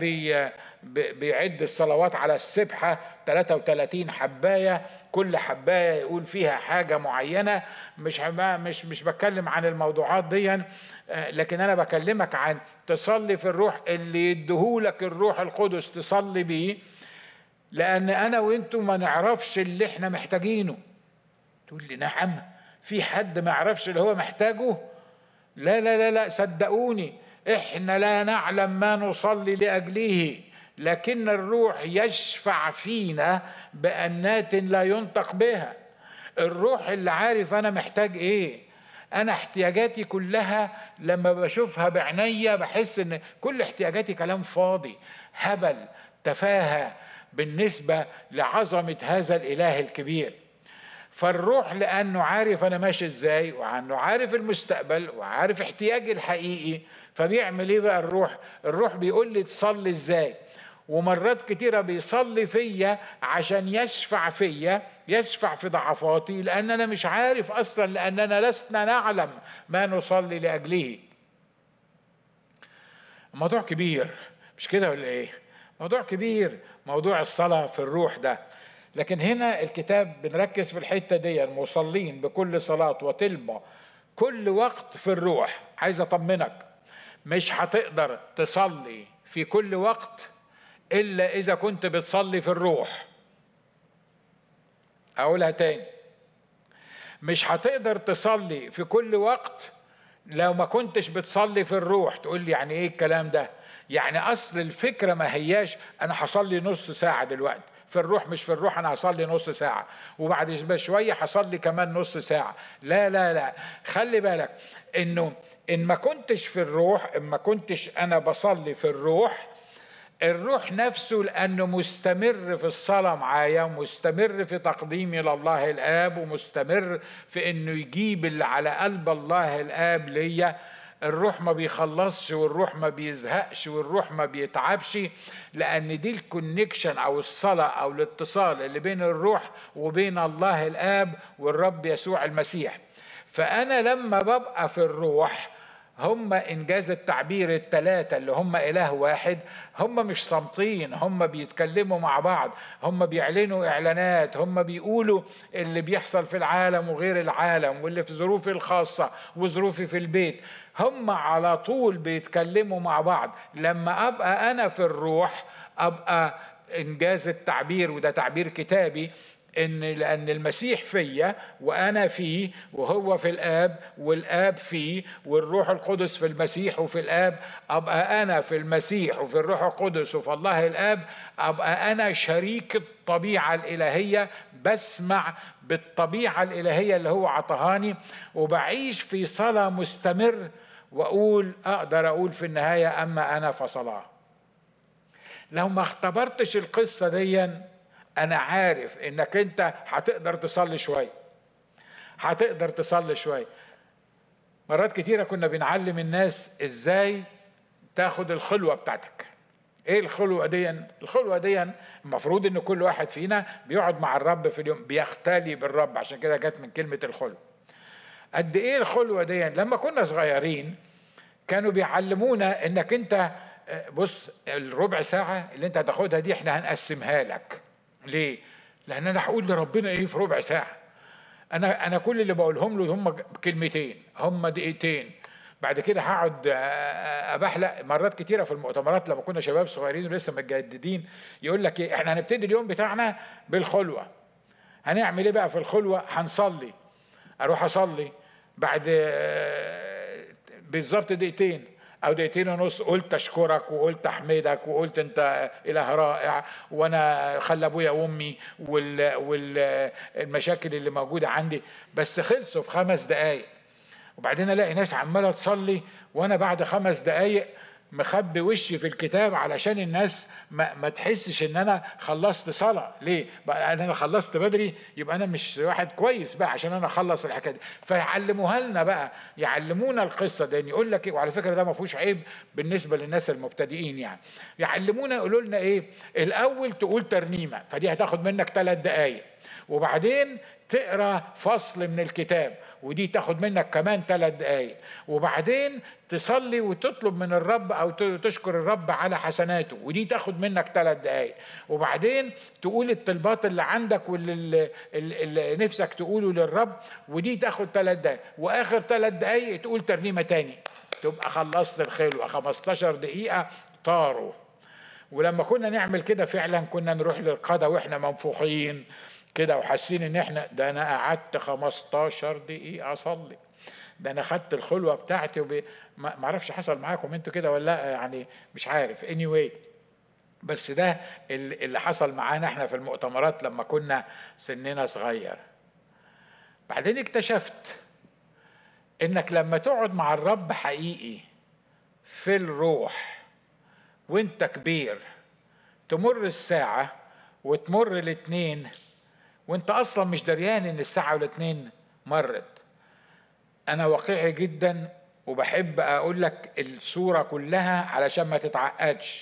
بيعد الصلوات على السبحة 33 حباية، كل حباية يقول فيها حاجة معينة. مش بتكلم عن الموضوعات دي، لكن أنا بكلمك عن تصلي في الروح اللي يديهولك الروح القدس تصلي بيه، لأن أنا وإنتم ما نعرفش اللي إحنا محتاجينه. تقول لي نعم، في حد ما يعرفش اللي هو محتاجه؟ لا لا لا لا، صدقوني إحنا لا نعلم ما نصلي لأجله، لكن الروح يشفع فينا بأنات لا ينطق بها. الروح اللي عارف أنا محتاج إيه. أنا احتياجاتي كلها لما بشوفها بعناية بحس إن كل احتياجاتي كلام فاضي، هبل، تفاهة بالنسبة لعظمة هذا الإله الكبير. فالروح لأنه عارف أنا ماشي إزاي، وعنه عارف المستقبل، وعارف احتياجي الحقيقي، فبيعمل إيه بقى الروح بيقول لي تصلي إزاي. ومرات كتيرة بيصلي فيا عشان يشفع فيا، يشفع في ضعفاتي، لأن أنا مش عارف أصلا، لأننا لسنا نعلم ما نصلي لأجله. موضوع كبير، مش كده ولا إيه؟ موضوع كبير، موضوع الصلاة في الروح ده. لكن هنا الكتاب بنركز في الحتة دي، المصلين بكل صلاة وطلبة كل وقت في الروح. عايز أطمنك، مش هتقدر تصلي في كل وقت إلا إذا كنت بتصلي في الروح. أقولها تاني، مش هتقدر تصلي في كل وقت لو ما كنتش بتصلي في الروح. تقول لي يعني إيه الكلام ده؟ يعني أصل الفكرة ما هياش أنا هصلي نص ساعة دلوقتي في الروح، مش في الروح أنا هصلي نص ساعة وبعد شوية هصلي كمان نص ساعة. لا لا لا، خلي بالك إنه إن ما كنتش في الروح، إن ما كنتش أنا بصلي في الروح نفسه، لأنه مستمر في الصلاة معايا، ومستمر في تقديمي لله الآب، ومستمر في إنه يجيب اللي على قلب الله الآب ليا. الروح ما بيخلصش، والروح ما بيزهقش، والروح ما بيتعبش، لأن دي الكونكشن أو الصلاة أو الاتصال اللي بين الروح وبين الله الآب والرب يسوع المسيح. فأنا لما ببقى في الروح، هم إنجاز التعبير الثلاثة اللي هم إله واحد، هم مش صامتين، هم بيتكلموا مع بعض، هم بيعلنوا إعلانات، هم بيقولوا اللي بيحصل في العالم وغير العالم، واللي في ظروفي الخاصة وظروفي في البيت، هم على طول بيتكلموا مع بعض. لما أبقى أنا في الروح أبقى إنجاز التعبير، وده تعبير كتابي، لأن المسيح فيا وأنا فيه، وهو في الآب والآب فيه، والروح القدس في المسيح وفي الآب، أبقى أنا في المسيح وفي الروح القدس وفي الله الآب، أبقى أنا شريك الطبيعة الإلهية، بسمع بالطبيعة الإلهية اللي هو عطهاني، وبعيش في صلاة مستمر، وأقول أقدر أقول في النهاية أما أنا فصلاة. لو ما اختبرتش القصة دي، أنا عارف إنك أنت هتقدر تصلي شوية، هتقدر تصلي شوية. مرات كتيرة كنا بنعلم الناس ازاي تاخد الخلوة بتاعتك. ايه الخلوة دي؟ الخلوة دي المفروض ان كل واحد فينا بيقعد مع الرب في اليوم، بيختلي بالرب، عشان كده جت من كلمة الخلوة. قد ايه الخلوة دي؟ لما كنا صغيرين كانوا بيعلمونا انك انت بص، الربع ساعة اللي انت هتاخدها دي احنا هنقسمها لك. ليه؟ لان انا هقول لربنا ايه في ربع ساعة؟ انا كل اللي بقولهم له هم كلمتين، هم دقيقتين. بعد كده هقعد ابحلق. مرات كتيره في المؤتمرات لما كنا شباب صغيرين ولسه متجددين يقول لك ايه، احنا هنبتدي اليوم بتاعنا بالخلوه. هنعمل ايه بقى في الخلوه؟ هنصلي. اروح اصلي بعد بالظبط دقيقتين او دقيقتين ونص، قلت اشكرك وقلت احمدك وقلت انت اله رائع، وانا خلى ابويا وامي والمشاكل اللي موجوده عندي، بس خلصوا في 5 دقايق. وبعدين الاقي ناس عماله تصلي وانا بعد 5 دقايق مخبي وشي في الكتاب علشان الناس ما تحسش ان انا خلصت صلاة. ليه؟ بقى انا خلصت بدري، يبقى انا مش واحد كويس بقى عشان انا اخلص الحكايه دي. فيعلموها لنا بقى، يعلمونا القصه دي. يقول لك ايه، وعلى فكره ده ما فيهوش عيب بالنسبه للناس المبتدئين يعني. يعلمونا يقولوا لنا ايه، الاول تقول ترنيمه، فدي هتاخد منك 3 دقايق، وبعدين تقرا فصل من الكتاب، ودي تاخد منك كمان 3 دقايق، وبعدين تصلي وتطلب من الرب او تشكر الرب على حسناته، ودي تاخد منك 3 دقايق، وبعدين تقول الطلبات اللي عندك واللي نفسك تقوله للرب، ودي تاخد 3 دقايق، واخر 3 دقايق تقول ترنيمة تاني. تبقى خلصت الخلوة. 15 دقيقة طاروا. ولما كنا نعمل كده فعلا كنا نروح للقضاء واحنا منفوخين كده وحاسين ان احنا ده انا قعدت 15 دقيقة اصلي، ده انا خدت الخلوة بتاعتي ما اعرفش حصل معاكم انتوا كده ولا لا، يعني مش عارف. anyway، بس ده اللي حصل معانا احنا في المؤتمرات لما كنا سننا صغير. بعدين اكتشفت انك لما تقعد مع الرب حقيقي في الروح وانت كبير، تمر الساعة وتمر 2 وانت اصلا مش دريان ان الساعة و2 مرت. انا واقعي جدا وبحب اقول لك الصورة كلها علشان ما تتعقدش.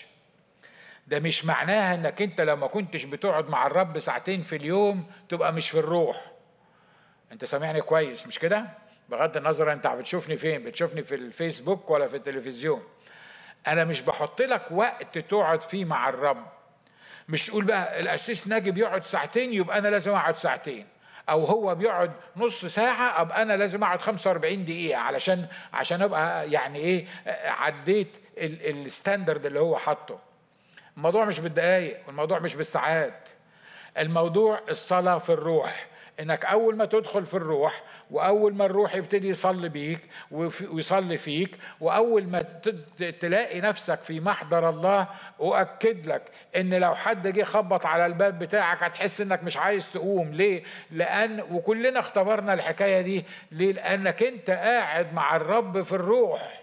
ده مش معناها انك انت لما كنتش بتقعد مع الرب 2 ساعة في اليوم تبقى مش في الروح. انت سامعني كويس مش كده؟ بغض النظر انت بتشوفني فين، بتشوفني في الفيسبوك ولا في التلفزيون. انا مش بحط لك وقت تقعد فيه مع الرب. مش تقول بقى القسيس ناجي بيقعد 2 ساعة يبقى انا لازم اقعد 2 ساعة، او هو بيقعد نص ساعة ابقى انا لازم اقعد 45 دقيقة عشان ابقى يعني ايه، عديت الستاندرد اللي هو حاطه. الموضوع مش بالدقايق والموضوع مش بالساعات. الموضوع الصلاة في الروح، انك اول ما تدخل في الروح واول ما الروح يبتدي يصلي بيك ويصلي فيك، واول ما تلاقي نفسك في محضر الله، اؤكد لك ان لو حد جه خبط على الباب بتاعك هتحس انك مش عايز تقوم. ليه؟ وكلنا اختبرنا الحكاية دي. ليه؟ لانك انت قاعد مع الرب في الروح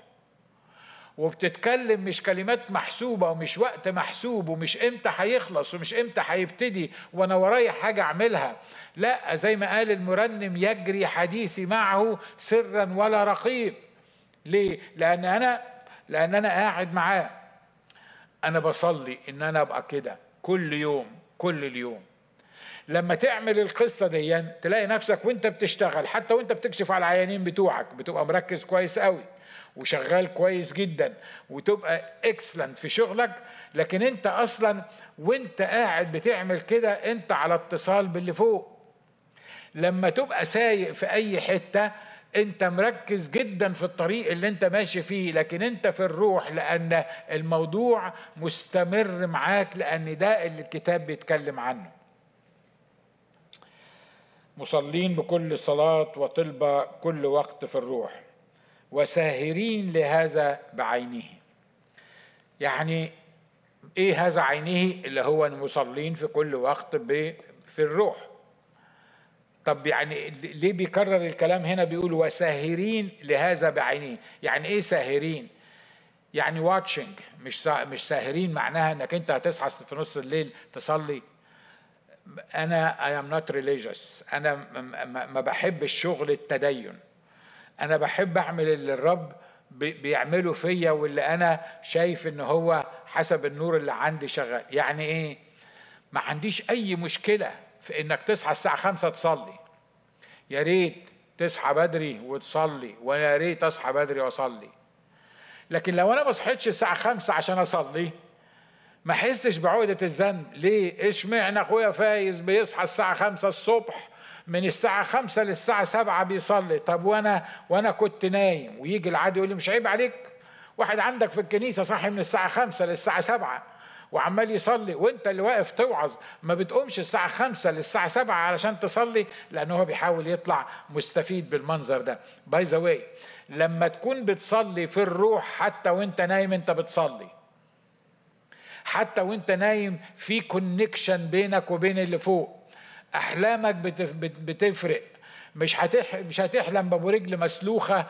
وبتتكلم مش كلمات محسوبة ومش وقت محسوب ومش امتى هيخلص ومش امتى هيبتدي وانا ورايا حاجة اعملها. لا، زي ما قال المرنم، يجري حديثي معه سرا ولا رقيب. ليه؟ لان انا قاعد معاه. انا بصلي ان انا ابقى كده كل يوم كل اليوم. لما تعمل القصة دي تلاقي نفسك وانت بتشتغل، حتى وانت بتكشف على العيانين بتوعك، بتبقى مركز كويس قوي وشغال كويس جدا وتبقى اكسلنت في شغلك. لكن انت اصلا وانت قاعد بتعمل كده انت على اتصال باللي فوق. لما تبقى سايق في اي حتة انت مركز جدا في الطريق اللي انت ماشي فيه، لكن انت في الروح، لان الموضوع مستمر معاك، لان ده اللي الكتاب بيتكلم عنه. مصلين بكل صلاة وطلبة كل وقت في الروح، وساهرين لهذا بعينه. يعني ايه هذا عينه؟ اللي هو المصلين في كل وقت في الروح. طب يعني ليه بيكرر الكلام هنا بيقول وساهرين لهذا بعينه؟ يعني ايه ساهرين؟ يعني واتشنج، مش ساهرين معناها انك انت هتصحى في نص الليل تصلي. انا I am not religious، انا ما بحب الشغل التدين. انا بحب اعمل اللي الرب بيعمله فيا، واللي انا شايف ان هو حسب النور اللي عندي شغال. يعني ايه؟ ما عنديش اي مشكلة في انك تصحى الساعة 5 تصلي، يا ريت تصحى بدري وتصلي، ويا ريت اصحى بدري واصلي. لكن لو انا ما صحيتش الساعة 5 عشان اصلي، ما احسش بعقدة الذنب. ليه؟ اشمعنى اخويا فايز بيصحى الساعة 5 الصبح، من الساعة 5 للساعة 7 بيصلي؟ طب وانا كنت نايم. ويجي العادي يقول لي مش عيب عليك؟ واحد عندك في الكنيسة صاحي من الساعة 5 للساعة 7 وعمال يصلي، وانت اللي واقف توعظ ما بتقومش الساعة 5 للساعة 7 علشان تصلي، لأنه هو بيحاول يطلع مستفيد بالمنظر ده. باي ذا واي، لما تكون بتصلي في الروح حتى وانت نايم انت بتصلي، حتى وانت نايم في كونكشن بينك وبين اللي فوق. احلامك بتفرق. مش هتحلم بابو رجل مسلوخه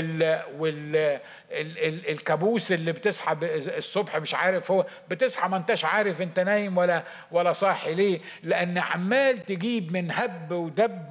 الكابوس اللي بتصحى الصبح مش عارف، هو بتصحى ما انتش عارف انت نايم ولا صاحي. ليه؟ لان عمال تجيب من هب ودب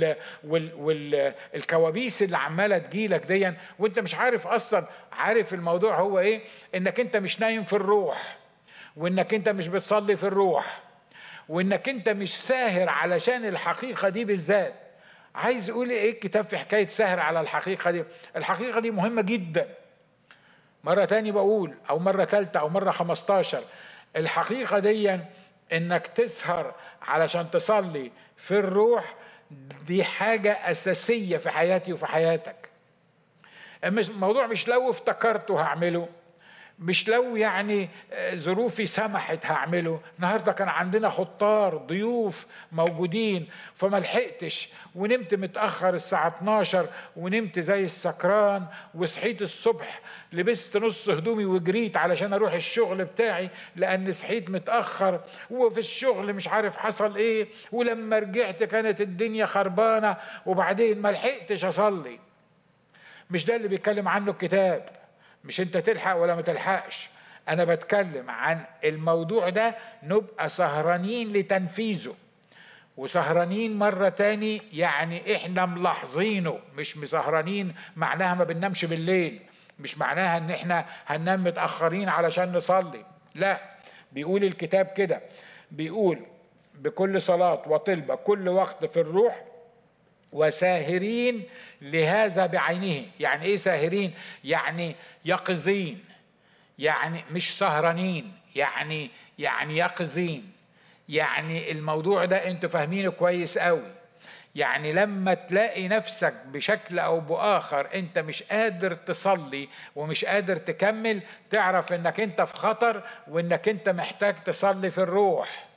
والكوابيس اللي عماله تجيلك دي، وانت مش عارف اصلا. عارف الموضوع هو ايه؟ انك انت مش نايم في الروح، وانك انت مش بتصلي في الروح، وانك انت مش ساهر علشان الحقيقة دي بالذات. عايز اقول ايه الكتاب في حكاية ساهر على الحقيقة دي؟ الحقيقة دي مهمة جدا. مرة تاني بقول، او مرة تالتة او مرة 15، الحقيقة دي انك تسهر علشان تصلي في الروح، دي حاجة اساسية في حياتي وفي حياتك. الموضوع مش لو افتكرته هعمله، مش لو يعني ظروفي سمحت هعمله. النهارده كان عندنا خطار ضيوف موجودين فما لحقتش، ونمت متأخر الساعة 12 ونمت زي السكران، وصحيت الصبح لبست نص هدومي وجريت علشان اروح الشغل بتاعي لان صحيت متأخر، وفي الشغل مش عارف حصل ايه، ولما رجعت كانت الدنيا خربانة، وبعدين ما لحقتش اصلي. مش ده اللي بيتكلم عنه الكتاب. مش انت تلحق ولا ما تلحقش، انا بتكلم عن الموضوع ده نبقى سهرانين لتنفيذه. وسهرانين مرة تاني يعني احنا ملاحظينه، مش مسهرانين معناها ما بننامش بالليل، مش معناها ان احنا هننام متأخرين علشان نصلي. لا، بيقول الكتاب كده، بيقول بكل صلاة وطلبة كل وقت في الروح وساهرين لهذا بعينه. يعني ايه ساهرين؟ يعني يقظين، يعني مش سهرانين، يعني يقظين. يعني الموضوع ده انتوا فاهمينه كويس قوي. يعني لما تلاقي نفسك بشكل او باخر انت مش قادر تصلي ومش قادر تكمل، تعرف انك انت في خطر وانك انت محتاج تصلي في الروح.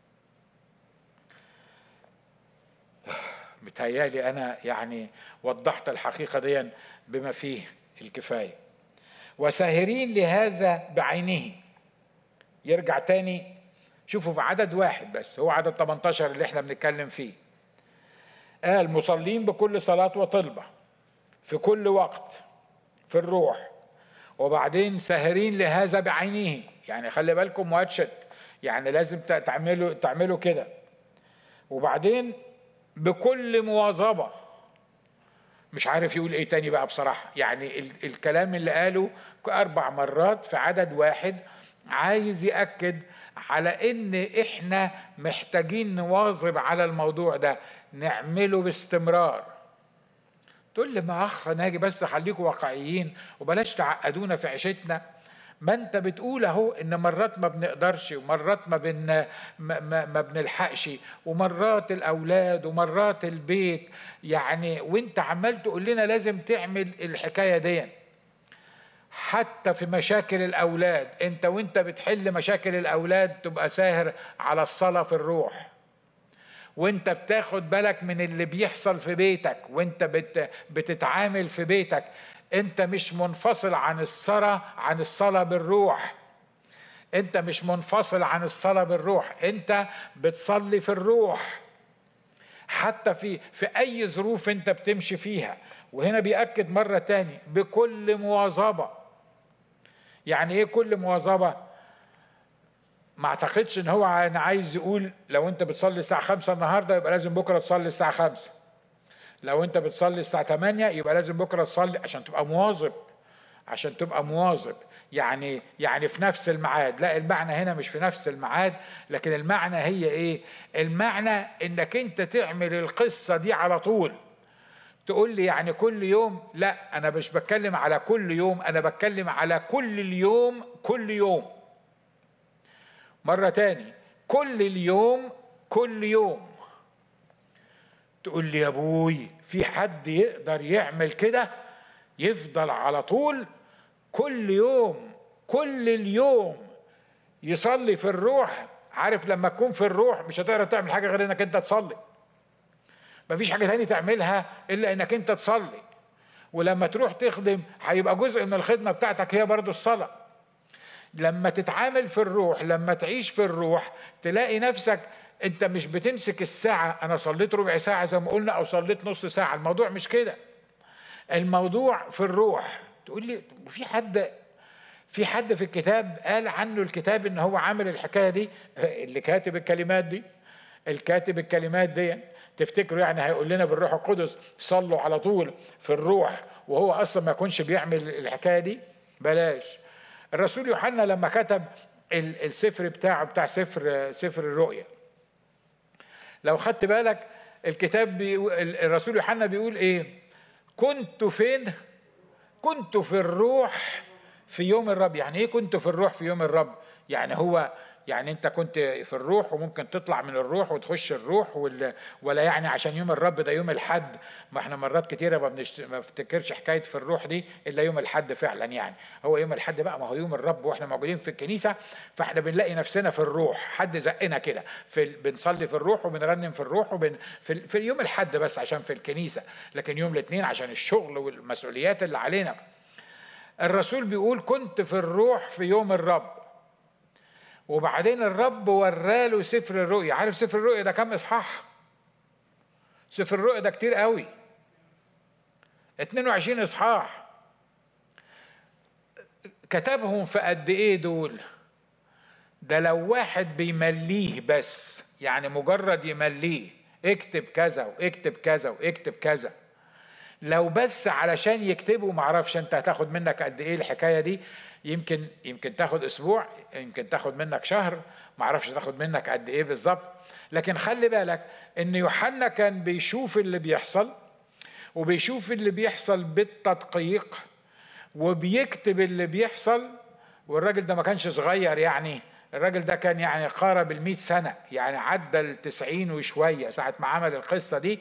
متهيالي أنا يعني وضحت الحقيقة دي بما فيه الكفاية. وساهرين لهذا بعينه. يرجع تاني، شوفوا في عدد واحد بس، هو عدد 18 اللي احنا بنتكلم فيه. قال مصلين بكل صلاة وطلبة في كل وقت في الروح، وبعدين ساهرين لهذا بعينه. يعني خلي بالكم واتشت، يعني لازم تعملوا كده. وبعدين بكل مواظبة. مش عارف يقول ايه تاني بقى بصراحة. يعني الكلام اللي قاله 4 مرات في عدد واحد عايز يأكد على ان احنا محتاجين نواظب على الموضوع ده، نعمله باستمرار. تقول لي ما اخ ناجي بس خليكوا واقعيين وبلاش تعقدونا في عيشتنا. ما انت بتقول اهو ان مرات ما بنقدرش، ومرات ما بنلحقش، ومرات الاولاد ومرات البيت، يعني وانت عمال تقول لنا لازم تعمل الحكايه دي. حتى في مشاكل الاولاد، انت وانت بتحل مشاكل الاولاد تبقى ساهر على الصلاه في الروح، وانت بتاخد بالك من اللي بيحصل في بيتك، وانت بتتعامل في بيتك. انت مش منفصل عن الصلاة بالروح. انت مش منفصل عن الصلاة بالروح، انت بتصلي في الروح حتى في اي ظروف انت بتمشي فيها. وهنا بيأكد مرة تاني بكل مواظبة. يعني ايه كل مواظبة؟ ما اعتقدش ان هو عايز يقول لو انت بتصلي الساعة 5 النهاردة يبقى لازم بكرة تصلي الساعة 5. لو انت بتصلي الساعة 8 يبقى لازم بكرة تصلي عشان تبقى مواظب، عشان تبقى مواظب. يعني في نفس الميعاد. لا، المعنى هنا مش في نفس الميعاد، لكن المعنى هي ايه؟ المعنى انك انت تعمل القصة دي على طول. تقول لي يعني كل يوم؟ لا، انا مش بتكلم على كل يوم، انا بتكلم على كل اليوم، كل يوم. مرة تاني، كل اليوم، كل يوم. تقول لي يا ابوي في حد يقدر يعمل كده؟ يفضل على طول كل يوم، كل اليوم يصلي في الروح؟ عارف لما تكون في الروح مش هتقدر تعمل حاجة غير انك انت تصلي. مفيش حاجة تانية تعملها الا انك انت تصلي. ولما تروح تخدم هيبقى جزء من الخدمة بتاعتك هي برضو الصلاة. لما تتعامل في الروح، لما تعيش في الروح، تلاقي نفسك انت مش بتمسك الساعة، انا صليت ربع ساعة زي ما قلنا او صليت نص ساعة. الموضوع مش كده، الموضوع في الروح. تقول لي في حد في الكتاب قال عنه الكتاب ان هو عامل الحكاية دي؟ اللي كاتب الكلمات دي، الكاتب الكلمات دي تفتكروا يعني هيقول لنا بالروح القدس صلوا على طول في الروح وهو اصلا ما يكونش بيعمل الحكاية دي؟ بلاش. الرسول يوحنا لما كتب السفر بتاعه بتاع سفر الرؤيا، لو خدت بالك الكتاب الرسول يوحنا بيقول ايه؟ كنت فين؟ كنت في الروح في يوم الرب. يعني ايه كنت في الروح في يوم الرب؟ يعني انت كنت في الروح وممكن تطلع من الروح وتخش الروح، ولا يعني عشان يوم الرب ده يوم الحد؟ ما احنا مرات كتيرة ما بنفتكرش حكاية في الروح دي الا يوم الحد فعلا. يعني هو يوم الحد بقى، ما هو يوم الرب واحنا موجودين في الكنيسة، فاحنا بنلاقي نفسنا في الروح، حد زقنا كده بنصلي في الروح وبنرنم في الروح في يوم الحد بس عشان في الكنيسة، لكن يوم الاثنين عشان الشغل والمسؤوليات اللي علينا. الرسول بيقول كنت في الروح في يوم الرب. وبعدين الرب وراله سفر الرؤيا. عارف سفر الرؤيا ده كم اصحاح؟ سفر الرؤيا ده كتير قوي، 22 اصحاح. كتبهم في قد ايه دول؟ ده لو واحد بيمليه بس، يعني مجرد يمليه اكتب كذا واكتب كذا واكتب كذا، لو بس علشان يكتبوا، معرفش انت هتاخد منك قد ايه الحكاية دي. يمكن تاخد اسبوع، يمكن تاخد منك شهر، معرفش تاخد منك قد ايه بالظبط. لكن خلي بالك ان يوحنا كان بيشوف اللي بيحصل، وبيشوف اللي بيحصل بالتدقيق، وبيكتب اللي بيحصل. والراجل ده ما كانش صغير، يعني الراجل ده كان يعني قارب 100 سنة، يعني عدى 90 وشوية ساعة ما عمل القصة دي.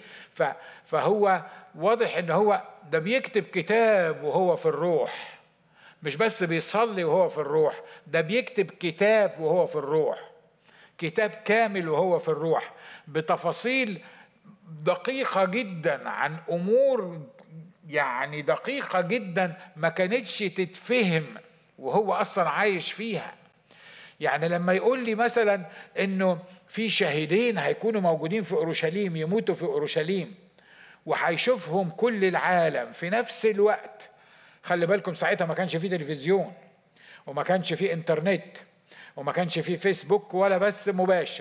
فهو واضح ان هو ده بيكتب كتاب وهو في الروح، مش بس بيصلي وهو في الروح، ده بيكتب كتاب وهو في الروح، كتاب كامل وهو في الروح، بتفاصيل دقيقة جدا عن أمور يعني دقيقة جدا ما كانتش تتفهم وهو أصلا عايش فيها. يعني لما يقول لي مثلا إنه في شهيدين هيكونوا موجودين في أورشليم، يموتوا في أورشليم وهيشوفهم كل العالم في نفس الوقت. خلي بالكم ساعتها ما كانش فيه تلفزيون، وما كانش فيه انترنت، وما كانش فيه فيسبوك ولا بث مباشر.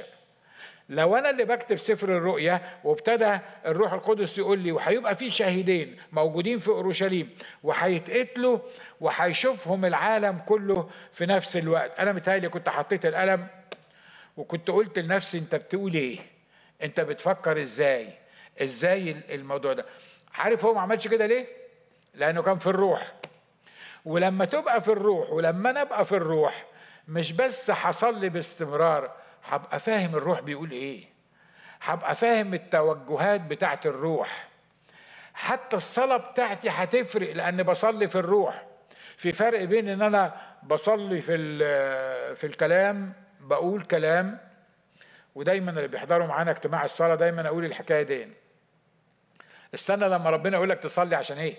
لو انا اللي بكتب سفر الرؤيا وابتدى الروح القدس يقول لي وهيبقى في شاهدين موجودين في اورشليم وهيتقتلوا وهيشوفهم العالم كله في نفس الوقت، انا متهيألي كنت حطيت القلم وكنت قلت لنفسي انت بتقول ايه؟ انت بتفكر ازاي الموضوع ده؟ عارف هو ما عملش كده ليه؟ لانه كان في الروح. ولما تبقى في الروح ولما انا ابقى في الروح، مش بس هصلي باستمرار، هبقى فاهم الروح بيقول ايه، هبقى فاهم التوجهات بتاعت الروح. حتى الصلاة بتاعتي هتفرق لان بصلي في الروح. في فرق بين ان انا بصلي في الكلام، بقول كلام. ودايما اللي بيحضروا معانا اجتماع الصلاة دايما اقول الحكاية دي، استنى لما ربنا يقول لك تصلي عشان ايه.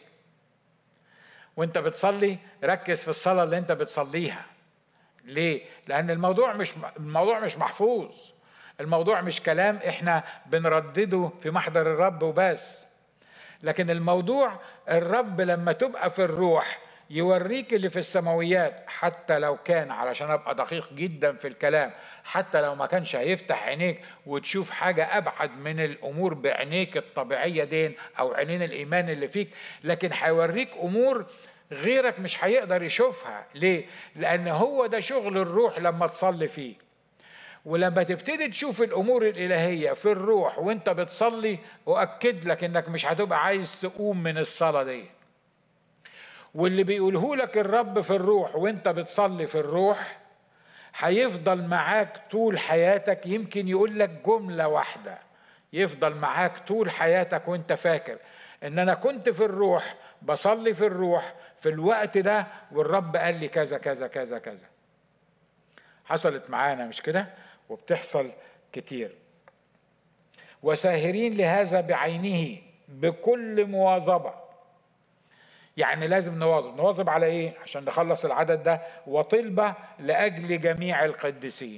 وانت بتصلي ركز في الصلاة اللي انت بتصليها. ليه؟ لأن الموضوع مش محفوظ، الموضوع مش كلام احنا بنردده في محضر الرب وبس، لكن الموضوع الرب لما تبقى في الروح يوريك اللي في السماويات، حتى لو كان، علشان ابقى دقيق جدا في الكلام، حتى لو ما كانش هيفتح عينيك وتشوف حاجة ابعد من الامور بعينيك الطبيعية دين او عينين الايمان اللي فيك، لكن هيوريك امور غيرك مش هيقدر يشوفها. ليه؟ لان هو ده شغل الروح لما تصلي فيه. ولما تبتدي تشوف الامور الالهيه في الروح وانت بتصلي، اؤكد لك انك مش هتبقى عايز تقوم من الصلاه دي. واللي بيقوله لك الرب في الروح وانت بتصلي في الروح هيفضل معاك طول حياتك. يمكن يقول لك جمله واحده يفضل معاك طول حياتك وانت فاكر ان انا كنت في الروح بصلي في الروح في الوقت ده، والرب قال لي كذا كذا كذا كذا. حصلت معانا مش كده؟ وبتحصل كتير. وساهرين لهذا بعينه بكل مواظبة. يعني لازم نواظب على ايه عشان نخلص العدد ده؟ وطلبة لأجل جميع القديسين.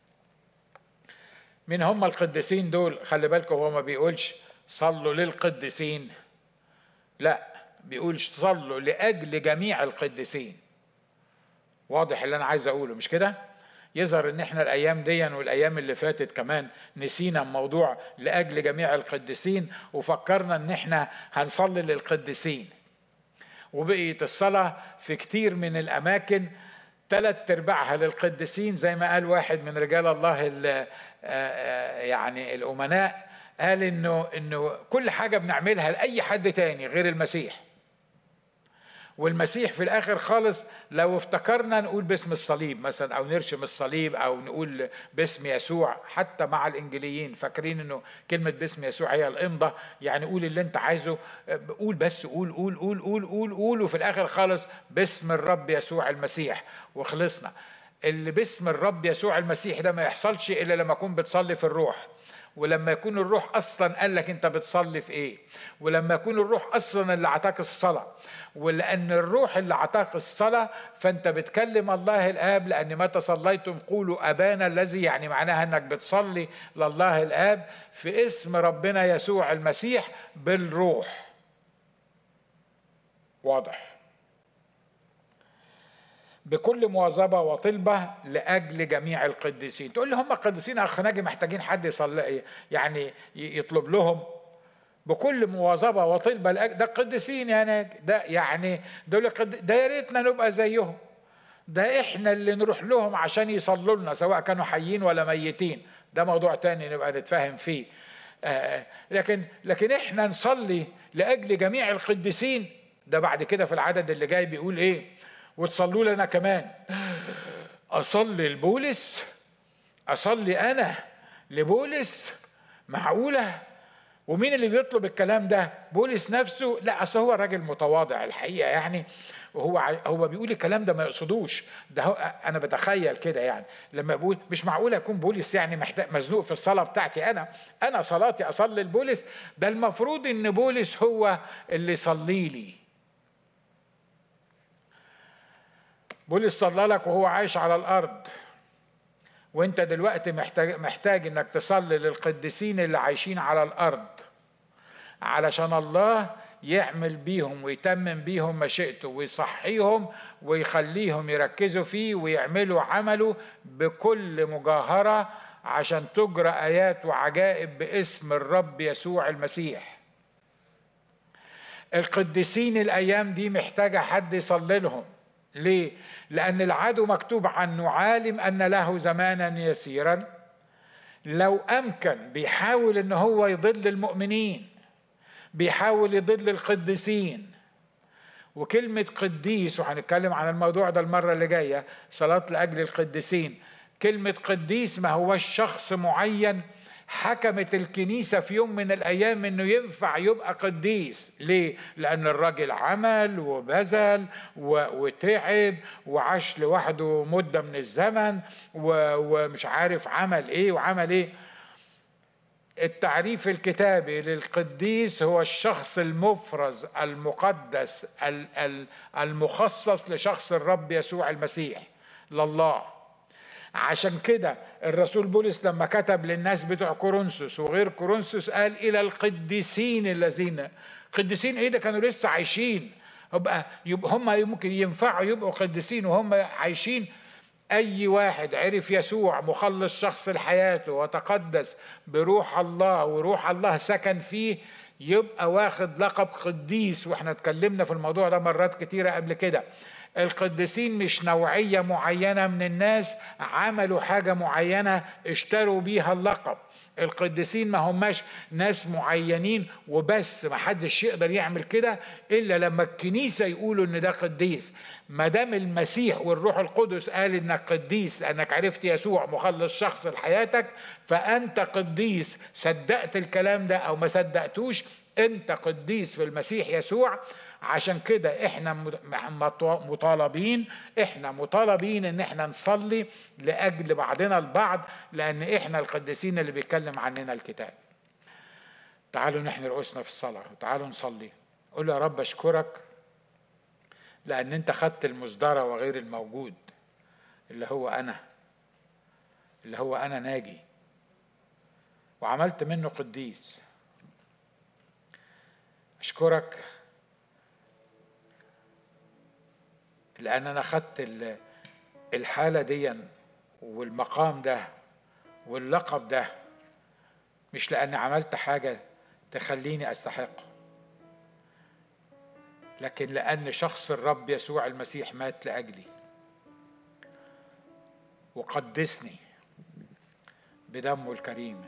مين هم القديسين دول؟ خلي بالكم، هو ما بيقولش صلوا للقديسين، لا، بيقول صلوا لأجل جميع القديسين. واضح اللي انا عايز اقوله مش كده؟ يظهر ان احنا الايام دي والايام اللي فاتت كمان نسينا موضوع لاجل جميع القديسين، وفكرنا ان احنا هنصلي للقديسين. وبقيت الصلاة في كتير من الاماكن 3/4 للقديسين، زي ما قال واحد من رجال الله يعني الامناء، قال انه كل حاجة بنعملها لأي حد تاني غير المسيح. والمسيح في الاخر خالص لو افتكرنا نقول باسم الصليب مثلا، او نرشم الصليب، او نقول باسم يسوع. حتى مع الانجيليين فاكرين انه كلمه باسم يسوع هي الامضه، يعني قول اللي انت عايزه، قول بس، قول قول قول قول قول قول، وفي الاخر خالص باسم الرب يسوع المسيح وخلصنا. اللي باسم الرب يسوع المسيح ده ما يحصلش الا لما اكون بتصلي في الروح، ولما يكون الروح اصلا قال لك انت بتصلي في ايه، ولما يكون الروح اصلا اللي عطاك الصلاه. ولان الروح اللي عطاك الصلاه فانت بتكلم الله الاب، لان متى صليتم قولوا ابانا الذي، يعني معناها انك بتصلي لله الاب في اسم ربنا يسوع المسيح بالروح. واضح؟ بكل مواظبة وطلبة لأجل جميع القديسين. تقول لي هم القديسين أخ ناجي محتاجين حد يصلي يعني يطلب لهم؟ بكل مواظبة وطلبة لأجل، ده القديسين يا ناجي، ده يعني دول ده يا ريتنا نبقى زيهم، ده احنا اللي نروح لهم عشان يصلوا لنا سواء كانوا حيين ولا ميتين. ده موضوع تاني نبقى نتفاهم فيه. لكن احنا نصلي لأجل جميع القديسين. ده بعد كده في العدد اللي جاي بيقول ايه؟ وتصلوا لنا كمان. أصلي لبولس؟ أصلي أنا لبولس؟ معقولة؟ ومين اللي بيطلب الكلام ده؟ بولس نفسه؟ لا، أصل هو راجل متواضع الحقيقة يعني، وهو بيقول الكلام ده ما يقصدوش ده. أنا بتخيل كده يعني لما بقول مش معقولة يكون بولس يعني محتاج مزنوق في الصلاة بتاعتي أنا صلاتي أصلي لبولس؟ ده المفروض إن بولس هو اللي يصلي لي. بولس صلى لك وهو عايش على الأرض، وانت دلوقتي محتاج انك تصلي للقديسين اللي عايشين على الأرض علشان الله يعمل بيهم ويتمم بيهم مشيئته ويصحيهم ويخليهم يركزوا فيه ويعملوا عمله بكل مجاهرة عشان تجرى آيات وعجائب باسم الرب يسوع المسيح. القديسين الأيام دي محتاجة حد يصلي لهم. ليه؟ لأن العدو مكتوب عنه عالم أن له زمانا يسيرا، لو أمكن بيحاول أنه هو يضل المؤمنين، بيحاول يضل القديسين. وكلمة قديس، وهنتكلم عن الموضوع ده المرة اللي جاية، صلاة لأجل القديسين. كلمة قديس ما هو شخص معين حكمت الكنيسة في يوم من الأيام أنه ينفع يبقى قديس. ليه؟ لأن الراجل عمل وبذل وتعب وعاش لوحده مدة من الزمن ومش عارف عمل إيه وعمل إيه. التعريف الكتابي للقديس هو الشخص المفرز المقدس المخصص لشخص الرب يسوع المسيح لله. عشان كده الرسول بولس لما كتب للناس بتوع كورنثوس وغير كورنثوس قال إلى القديسين الذين، قديسين إيه ده؟ كانوا لسه عايشين. يبقى هم ممكن ينفعوا يبقوا قديسين وهم عايشين. أي واحد عرف يسوع مخلص شخص لحياته وتقدس بروح الله وروح الله سكن فيه يبقى واخد لقب قديس. واحنا اتكلمنا في الموضوع ده مرات كتيرة قبل كده. القديسين مش نوعية معينة من الناس عملوا حاجة معينة اشتروا بيها اللقب. القديسين ما هماش ناس معينين وبس، ما حدش يقدر يعمل كده إلا لما الكنيسة يقولوا إن ده قديس. ما دام المسيح والروح القدس قال إنك قديس لأنك عرفت يسوع مخلص شخص لحياتك، فأنت قديس. صدقت الكلام ده أو ما صدقتوش، أنت قديس في المسيح يسوع. عشان كده احنا مطالبين ان احنا نصلي لاجل بعضنا البعض، لان احنا القديسين اللي بيتكلم عننا الكتاب. تعالوا نحن رؤوسنا في الصلاة وتعالوا نصلي. قول يا رب اشكرك لان انت خدت المصدرة وغير الموجود اللي هو انا ناجي، وعملت منه قديس. اشكرك لأن أنا خدت الحالة دي والمقام ده واللقب ده مش لأني عملت حاجة تخليني أستحقه، لكن لأن شخص الرب يسوع المسيح مات لأجلي وقدسني بدمه الكريم.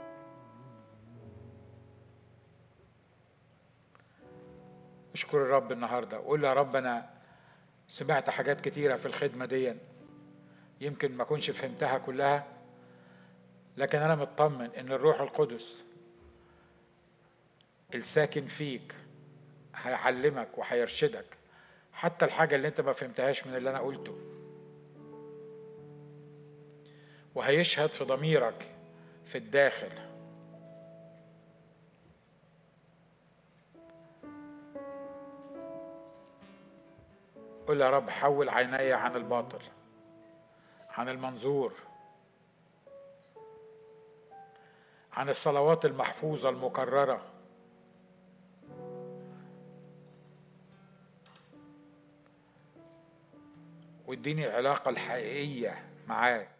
اشكر الرب النهاردة وقول يا رب أنا سمعت حاجات كتيرة في الخدمة دي يمكن ما كنش فهمتها كلها، لكن أنا مطمن إن الروح القدس الساكن فيك هيعلمك وهيرشدك حتى الحاجة اللي انت ما فهمتهاش من اللي أنا قلته، وهيشهد في ضميرك في الداخل. قل يا رب حول عيني عن الباطل، عن المنظور، عن الصلوات المحفوظة المكررة، واديني العلاقة الحقيقية معاك.